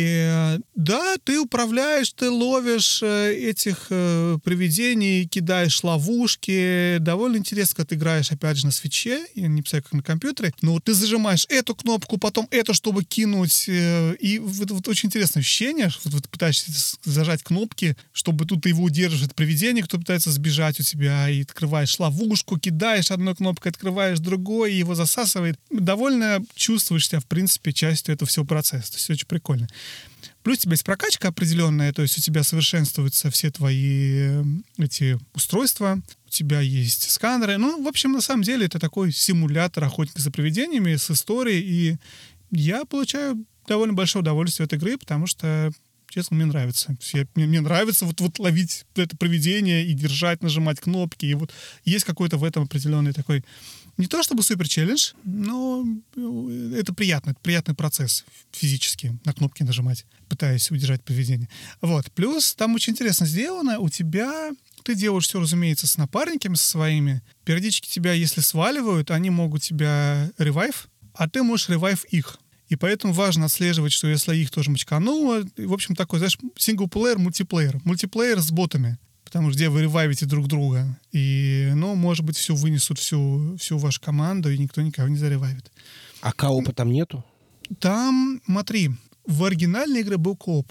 И да, ты управляешь, ты ловишь этих привидений, кидаешь ловушки. Довольно интересно, когда ты играешь, опять же, на свитче, я не представляю, как на компьютере. Но вот ты зажимаешь эту кнопку, потом эту, чтобы кинуть. И вот очень интересное ощущение, что вот ты пытаешься зажать кнопки, чтобы тут ты его удерживаешь от привидения, кто пытается сбежать у тебя, и открываешь ловушку, кидаешь одной кнопкой, открываешь другой, и его засасывает. Довольно чувствуешь себя, в принципе, частью этого всего процесса. То есть очень прикольно. Плюс у тебя есть прокачка определенная, то есть у тебя совершенствуются все твои эти устройства, у тебя есть сканеры. В общем, на самом деле это такой симулятор охотника за привидениями с историей, и я получаю довольно большое удовольствие от игры, потому что, честно, мне нравится. Мне нравится вот ловить это привидение и держать, нажимать кнопки, и вот есть какой-то в этом определенный такой... Не то чтобы супер челлендж, но это приятный процесс физически на кнопки нажимать, пытаясь удержать поведение. Вот. Плюс там очень интересно сделано. Ты делаешь все, разумеется, с напарниками со своими. Периодически тебя, если сваливают, они могут тебя ревайв, а ты можешь ревайв их. И поэтому важно отслеживать, что если их тоже мочкануло, в общем, такой, знаешь, синглплеер, мультиплеер. Мультиплеер с ботами. Потому что где вы ревайвите друг друга. И, может быть, вынесут всю вашу команду, и никто никого не заревайвит. А коопа там нету? Там, смотри, в оригинальной игре был кооп.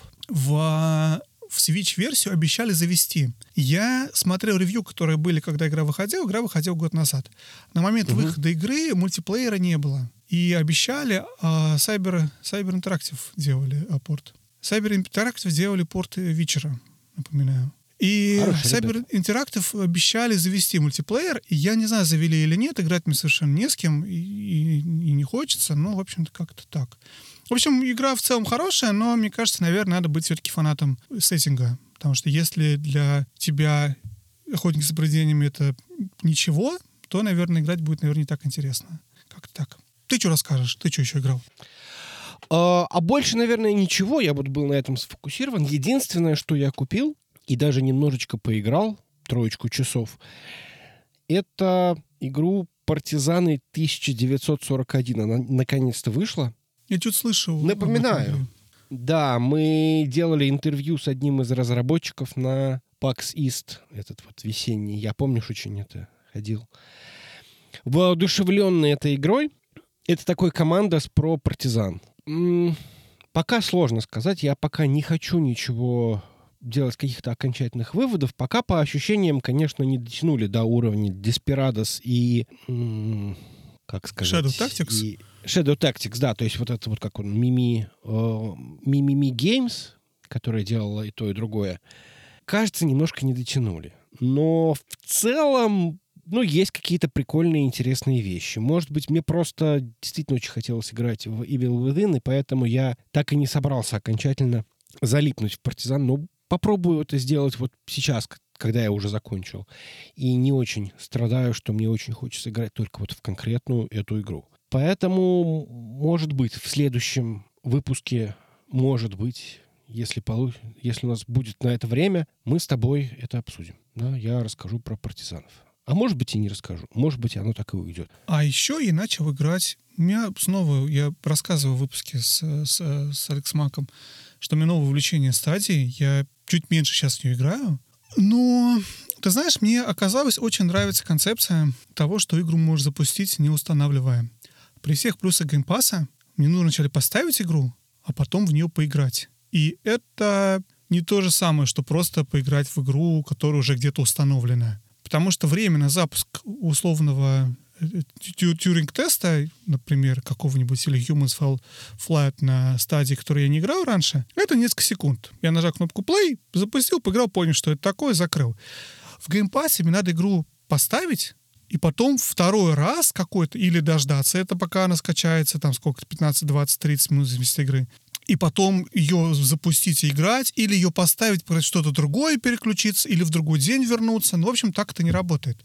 В Switch-версию обещали завести. Я смотрел ревью, которые были, когда игра выходила. Игра выходила год назад. На момент выхода игры мультиплеера не было. И обещали, Cyber Interactive делали порт. Cyber Interactive делали порт Вичера, напоминаю. И Cyber Interactive обещали завести мультиплеер, и я не знаю, завели или нет, играть мне совершенно не с кем, и не хочется, но, в общем-то, как-то так. В общем, игра в целом хорошая, но, мне кажется, наверное, надо быть все-таки фанатом сеттинга, потому что если для тебя охотник за привидениями — это ничего, то, наверное, играть будет, наверное, не так интересно. Как-то так. ты что расскажешь? Ты что еще играл? А больше, наверное, ничего. Я вот был на этом сфокусирован. Единственное, что я купил, и даже немножечко поиграл, 3 часов, это игру «Партизаны 1941». Она наконец-то вышла. Я что-то слышал. Напоминаю. Да, мы делали интервью с одним из разработчиков на PAX East, этот вот весенний. Я, помнишь, очень это ходил. Воодушевленный этой игрой. Это такой командос про партизан. Пока сложно сказать. Я пока не хочу ничего делать, каких-то окончательных выводов. Пока по ощущениям, конечно, не дотянули до уровня Desperados и... как сказать? Shadow Tactics? И Shadow Tactics, да. То есть вот это вот как он, Mimi Games, которая делала и то, и другое. Кажется, немножко не дотянули. Но в целом, есть какие-то прикольные, интересные вещи. Может быть, мне просто действительно очень хотелось играть в Evil Within, и поэтому я так и не собрался окончательно залипнуть в партизан. Но попробую это сделать вот сейчас, когда я уже закончил. И не очень страдаю, что мне очень хочется играть только вот в конкретную эту игру. Поэтому, может быть, в следующем выпуске, может быть, если у нас будет на это время, мы с тобой это обсудим. Да, я расскажу про партизанов. А может быть, и не расскажу. Может быть, оно так и уйдет. А еще я начал играть... Я рассказывал в выпуске с Алекс Маком, что у меня новое увлечение стадии. Я чуть меньше сейчас в нее играю. Но, ты знаешь, мне оказалось, очень нравится концепция того, что игру можешь запустить, не устанавливая. При всех плюсах геймпасса мне нужно вначале поставить игру, а потом в нее поиграть. И это не то же самое, что просто поиграть в игру, которая уже где-то установлена. Потому что время на запуск условного Тьюринг-теста, например, какого-нибудь или Humans Fall Flat на стадии, которой я не играл раньше, это несколько секунд. Я нажал кнопку play, запустил, поиграл, понял, что это такое, закрыл. В геймпассе мне надо игру поставить, и потом второй раз какой-то, или дождаться это, пока она скачается, там сколько-то, 15, 20, 30 минут зависит от игры, и потом ее запустить и играть, или ее поставить, про что-то другое переключиться, или в другой день вернуться. В общем, так это не работает.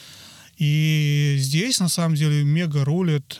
И здесь, на самом деле, мега рулит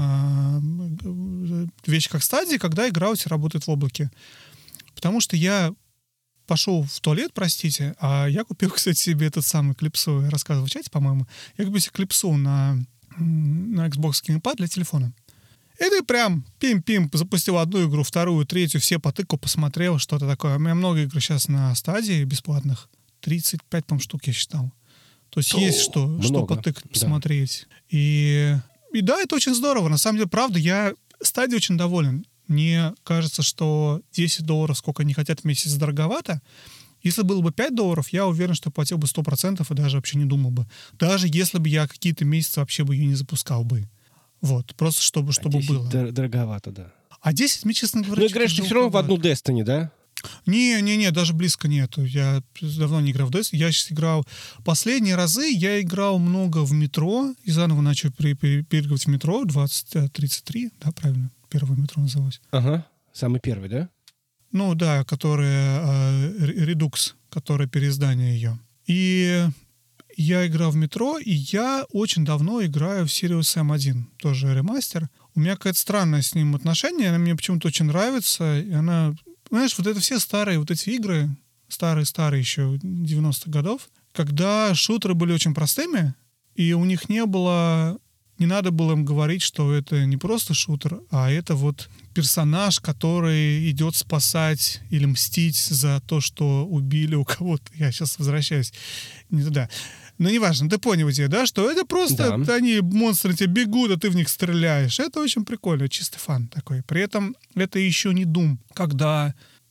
вещь как стадии, когда игра у тебя работает в облаке. Потому что я пошел в туалет, простите, а я купил, кстати, себе этот самый клипсу, я рассказывал в чате, по-моему, я купил себе клипсу на Xbox Gamepad для телефона. И ты прям пим-пим, запустил одну игру, вторую, третью, все потыкал, посмотрел, что-то такое. У меня много игр сейчас на стадии бесплатных. 35, по-моему, штук я считал. То есть есть что потыкать, посмотреть. Да. И да, это очень здорово. На самом деле, правда, я стадией очень доволен. Мне кажется, что $10, сколько они хотят в месяц, дороговато. Если было бы $5, я уверен, что платил бы 100% и даже вообще не думал бы. Даже если бы я какие-то месяцы вообще бы ее не запускал бы. Вот, просто чтобы 10 было. Дороговато, да. А 10, мне, честно говоря... Ну, играешь ты все равно в одну Destiny, да? Не, даже близко нету. Я давно не играл в Destiny. Я сейчас играл... Последние разы я играл много в метро, и заново начал переигрывать в метро 2033, да, правильно? Первое метро называлось. Ага, самый первый, да? Ну, да, которое Redux, которое переиздание ее. И я играл в метро, и я очень давно играю в Sirius M1, тоже ремастер. У меня какое-то странное с ним отношение, она мне почему-то очень нравится, и она... Знаешь, вот это все старые вот эти игры, старые еще 90-х годов, когда шутеры были очень простыми, и у них не надо было им говорить, что это не просто шутер, а это вот персонаж, который идет спасать или мстить за то, что убили у кого-то. Я сейчас возвращаюсь не туда. Но неважно, ты понял идею, да, что это просто они, монстры тебе бегут, а ты в них стреляешь. Это очень прикольно, чистый фан такой. При этом это еще не Doom, когда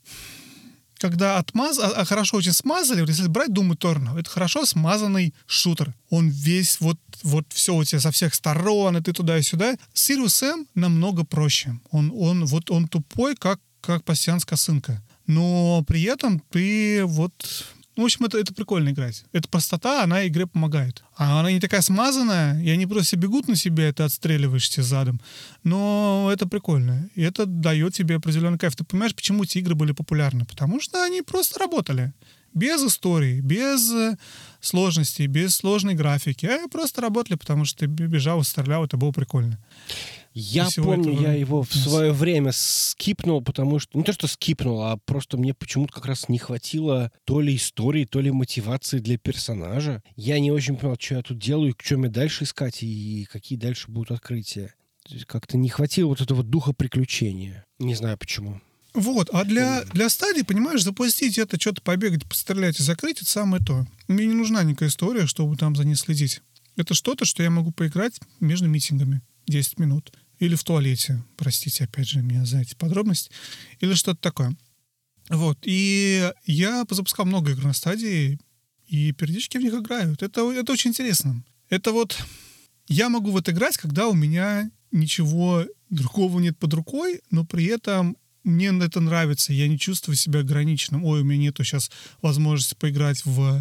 хорошо очень смазали, вот если брать Doom Eternal, это хорошо смазанный шутер. Он весь вот все у тебя со всех сторон, и ты туда и сюда. Sirius M намного проще. Он тупой, как пассианс косынка. Но при этом ты в общем, это прикольно играть. Эта простота, она игре помогает. А она не такая смазанная, и они просто бегут на себя, и ты отстреливаешься задом. Но это прикольно. И это дает тебе определенный кайф. Ты понимаешь, почему эти игры были популярны? Потому что они просто работали. Без истории, без сложностей, без сложной графики. А просто работали, потому что ты бежал, стрелял, это было прикольно. Я помню, я его в свое время скипнул, потому что... Не то, что скипнул, а просто мне почему-то как раз не хватило то ли истории, то ли мотивации для персонажа. Я не очень понял, что я тут делаю, что мне дальше искать, и какие дальше будут открытия. То есть как-то не хватило вот этого духа приключения. Не знаю почему. Вот, а для стадии, понимаешь, запустить это, что-то побегать, пострелять и закрыть, это самое то. Мне не нужна никакая история, чтобы там за ней следить. Это что-то, что я могу поиграть между митингами 10 минут. Или в туалете, простите, опять же, меня за эти подробности. Или что-то такое. Вот, и я запускал много игр на стадии, и периодически в них играю. Это очень интересно. Это вот... Я могу в это играть, когда у меня ничего другого нет под рукой, но при этом мне это нравится, я не чувствую себя ограниченным. Ой, у меня нету сейчас возможности поиграть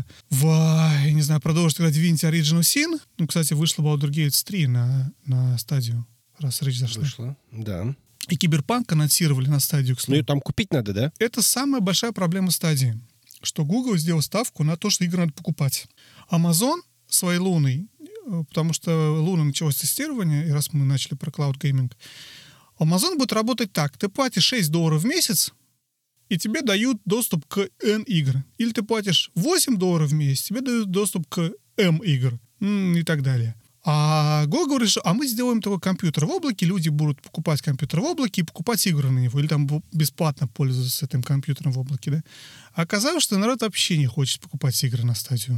я не знаю, продолжить играть в Divinity Original Sin. Ну, кстати, вышла Baldur's Gate 3 на стадию, раз речь зашла. Вышла, да. И Киберпанк анонсировали на стадию, кстати. Ну, ее там купить надо, да? Это самая большая проблема стадии, что Google сделал ставку на то, что игры надо покупать. Amazon своей Луной, потому что Луна началось тестирование, и раз мы начали про клауд-гейминг, Amazon будет работать так. Ты платишь $6 в месяц, и тебе дают доступ к N игр. Или ты платишь $8 в месяц, тебе дают доступ к M игр. И так далее. А Google говорит, что мы сделаем такой компьютер в облаке, люди будут покупать компьютер в облаке и покупать игры на него, или там бесплатно пользоваться этим компьютером в облаке, да? А оказалось, что народ вообще не хочет покупать игры на стадию.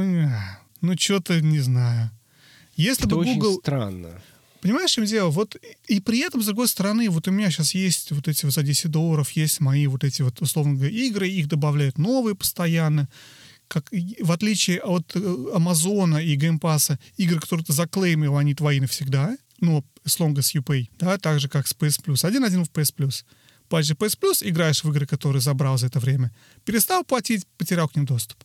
Ну что-то не знаю. Если это бы Google... очень странно. Понимаешь, в чем дело? Вот, и при этом, с другой стороны, вот у меня сейчас есть вот эти вот за $10, есть мои вот эти вот, условно говоря, игры, их добавляют новые постоянно. Как, в отличие от Амазона и Геймпасса, игры, которые ты заклеймил, они твои навсегда. Ну, as long as you pay. Да, так же, как с PS Plus. 1-1 в PS Plus. Платишь PS Plus, играешь в игры, которые забрал за это время. Перестал платить, потерял к ним доступ.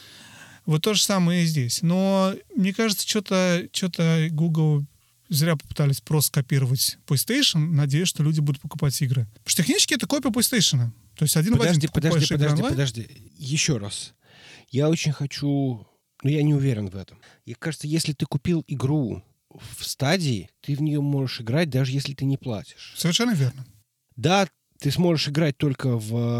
Вот то же самое и здесь. Но, мне кажется, что-то Google зря попытались просто скопировать PlayStation, надеясь, что люди будут покупать игры. Потому что технически это копия PlayStation. То есть один в один Подожди. Еще раз. Я очень хочу... Но я не уверен в этом. Мне кажется, если ты купил игру в стадии, ты в нее можешь играть, даже если ты не платишь. Совершенно верно. Да, ты сможешь играть только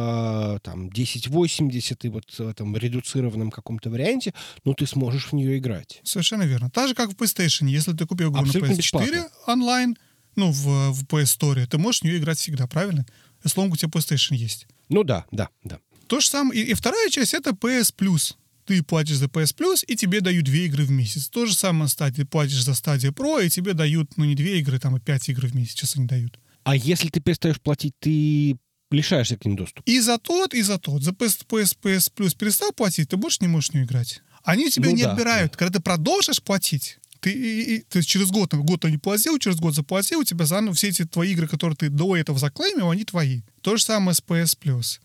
в там, 1080 и вот в этом редуцированном каком-то варианте, но ты сможешь в нее играть. Совершенно верно. Так же, как в PlayStation. Если ты купил игру абсолютно на PS4 бесплатно. онлайн, ну, в PS Store, ты можешь в нее играть всегда, правильно? Если у тебя PlayStation есть. Ну да. То же самое. И вторая часть — это PS Plus. Ты платишь за PS Plus, и тебе дают 2 игры в месяц. То же самое стадия. Ты платишь за стадию Pro, и тебе дают, ну, не 2 игры, там, а 5 игр в месяц. Сейчас они дают. А если ты перестаешь платить, ты лишаешься к ним доступа? И за тот. За PS Plus перестал платить, ты больше не можешь в нее играть. Они у тебя не отбирают. Да. Когда ты продолжишь платить, ты через год ты не платил, через год заплатил, у тебя заново все эти твои игры, которые ты до этого заклеймил, они твои. То же самое с PS Plus.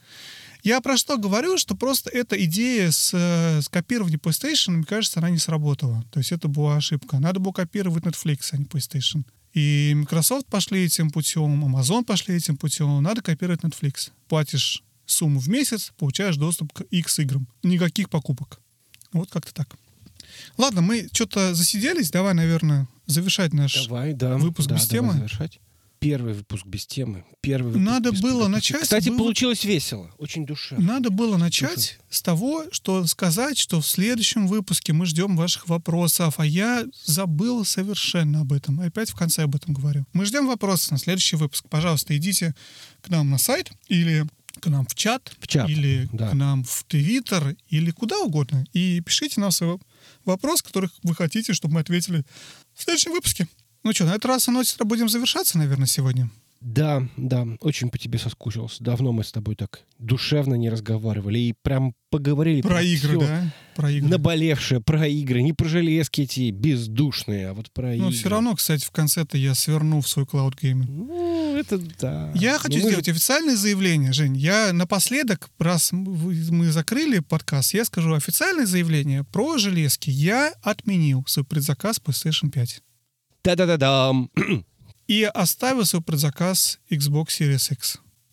Я про что говорю, что просто эта идея с копированием PlayStation, мне кажется, она не сработала. То есть это была ошибка. Надо было копировать Netflix, а не PlayStation. И Microsoft пошли этим путем, Amazon пошли этим путем. Надо копировать Netflix. Платишь сумму в месяц, получаешь доступ к X играм. Никаких покупок. Вот как-то так. Ладно, мы что-то засиделись. Давай, наверное, завершать наш выпуск без темы. Завершать. Первый выпуск без темы. Надо было начать... Кстати, получилось весело. Очень душевно. Надо было начать с того, что сказать, что в следующем выпуске мы ждем ваших вопросов. А я забыл совершенно об этом. Опять в конце об этом говорю. Мы ждем вопросов на следующий выпуск. Пожалуйста, идите к нам на сайт или к нам в чат. Или к нам в Твиттер, или куда угодно. И пишите нам свой вопрос, который вы хотите, чтобы мы ответили в следующем выпуске. Ну что, на этот раз будем завершаться, наверное, сегодня? Да, очень по тебе соскучился. Давно мы с тобой так душевно не разговаривали и прям поговорили про игры, все да? Про игры. Наболевшее, про игры. Не про железки эти бездушные, а вот про игры. Но все равно, кстати, в конце-то я сверну в свой клауд-гейминг. Ну, это да. Я хочу сделать официальное заявление, Жень. Я напоследок, раз мы закрыли подкаст, я скажу официальное заявление про железки. Я отменил свой предзаказ PlayStation 5. Да-да-да-дам. И оставил свой предзаказ Xbox Series X.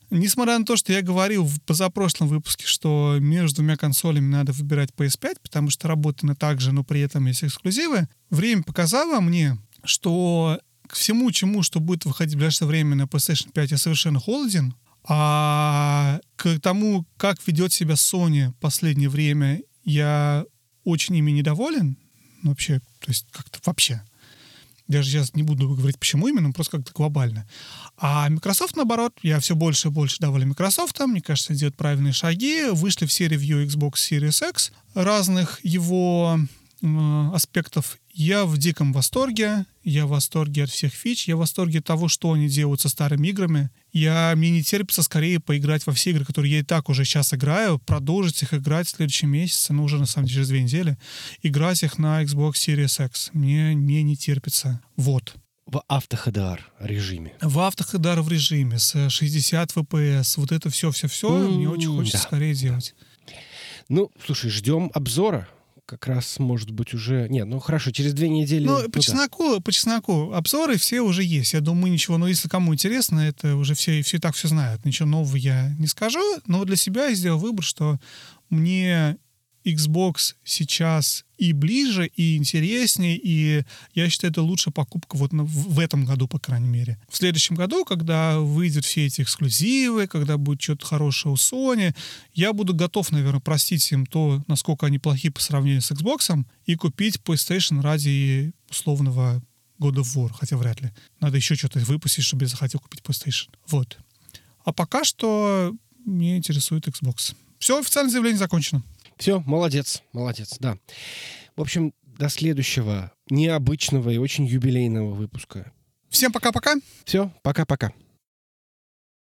Несмотря на то, что я говорил в позапрошлом выпуске, что между двумя консолями надо выбирать PS5, потому что работает так же, но при этом есть эксклюзивы, время показало мне, что к всему, что будет выходить в ближайшее время на PlayStation 5, я совершенно холоден, а к тому, как ведет себя Sony в последнее время, я очень ими недоволен. Вообще, то есть как-то вообще. Даже сейчас не буду говорить, почему именно, просто как-то глобально. А Microsoft, наоборот, я все больше и больше доволен Microsoft. Мне кажется, делают правильные шаги. Вышли все ревью Xbox Series X, разных его аспектов. Я в диком восторге. Я в восторге от всех фич. Я в восторге от того, что они делают со старыми играми. Мне не терпится скорее поиграть во все игры, которые я и так уже сейчас играю, продолжить их играть в следующем месяце, уже на самом деле через 2 недели, играть их на Xbox Series X. Мне не терпится. Вот. В автоHDR режиме. В автоHDR режиме с 60 FPS. Вот это все мне очень хочется скорее делать. Ну, слушай, ждем обзора. Как раз, может быть, уже... Нет, хорошо, через 2 недели... По чесноку, обзоры все уже есть. Я думаю, ничего, если кому интересно, это уже все и так все знают. Ничего нового я не скажу, но для себя я сделал выбор, что мне Xbox сейчас и ближе, и интереснее, и я считаю, это лучшая покупка в этом году, по крайней мере. В следующем году, когда выйдут все эти эксклюзивы, когда будет что-то хорошее у Sony, я буду готов, наверное, простить им то, насколько они плохи по сравнению с Xbox, и купить PlayStation ради условного God of War, хотя вряд ли. Надо еще что-то выпустить, чтобы я захотел купить PlayStation. Вот. А пока что меня интересует Xbox. Все, официальное заявление закончено. Все, молодец, да. В общем, до следующего необычного и очень юбилейного выпуска. Всем пока-пока. Все, пока-пока.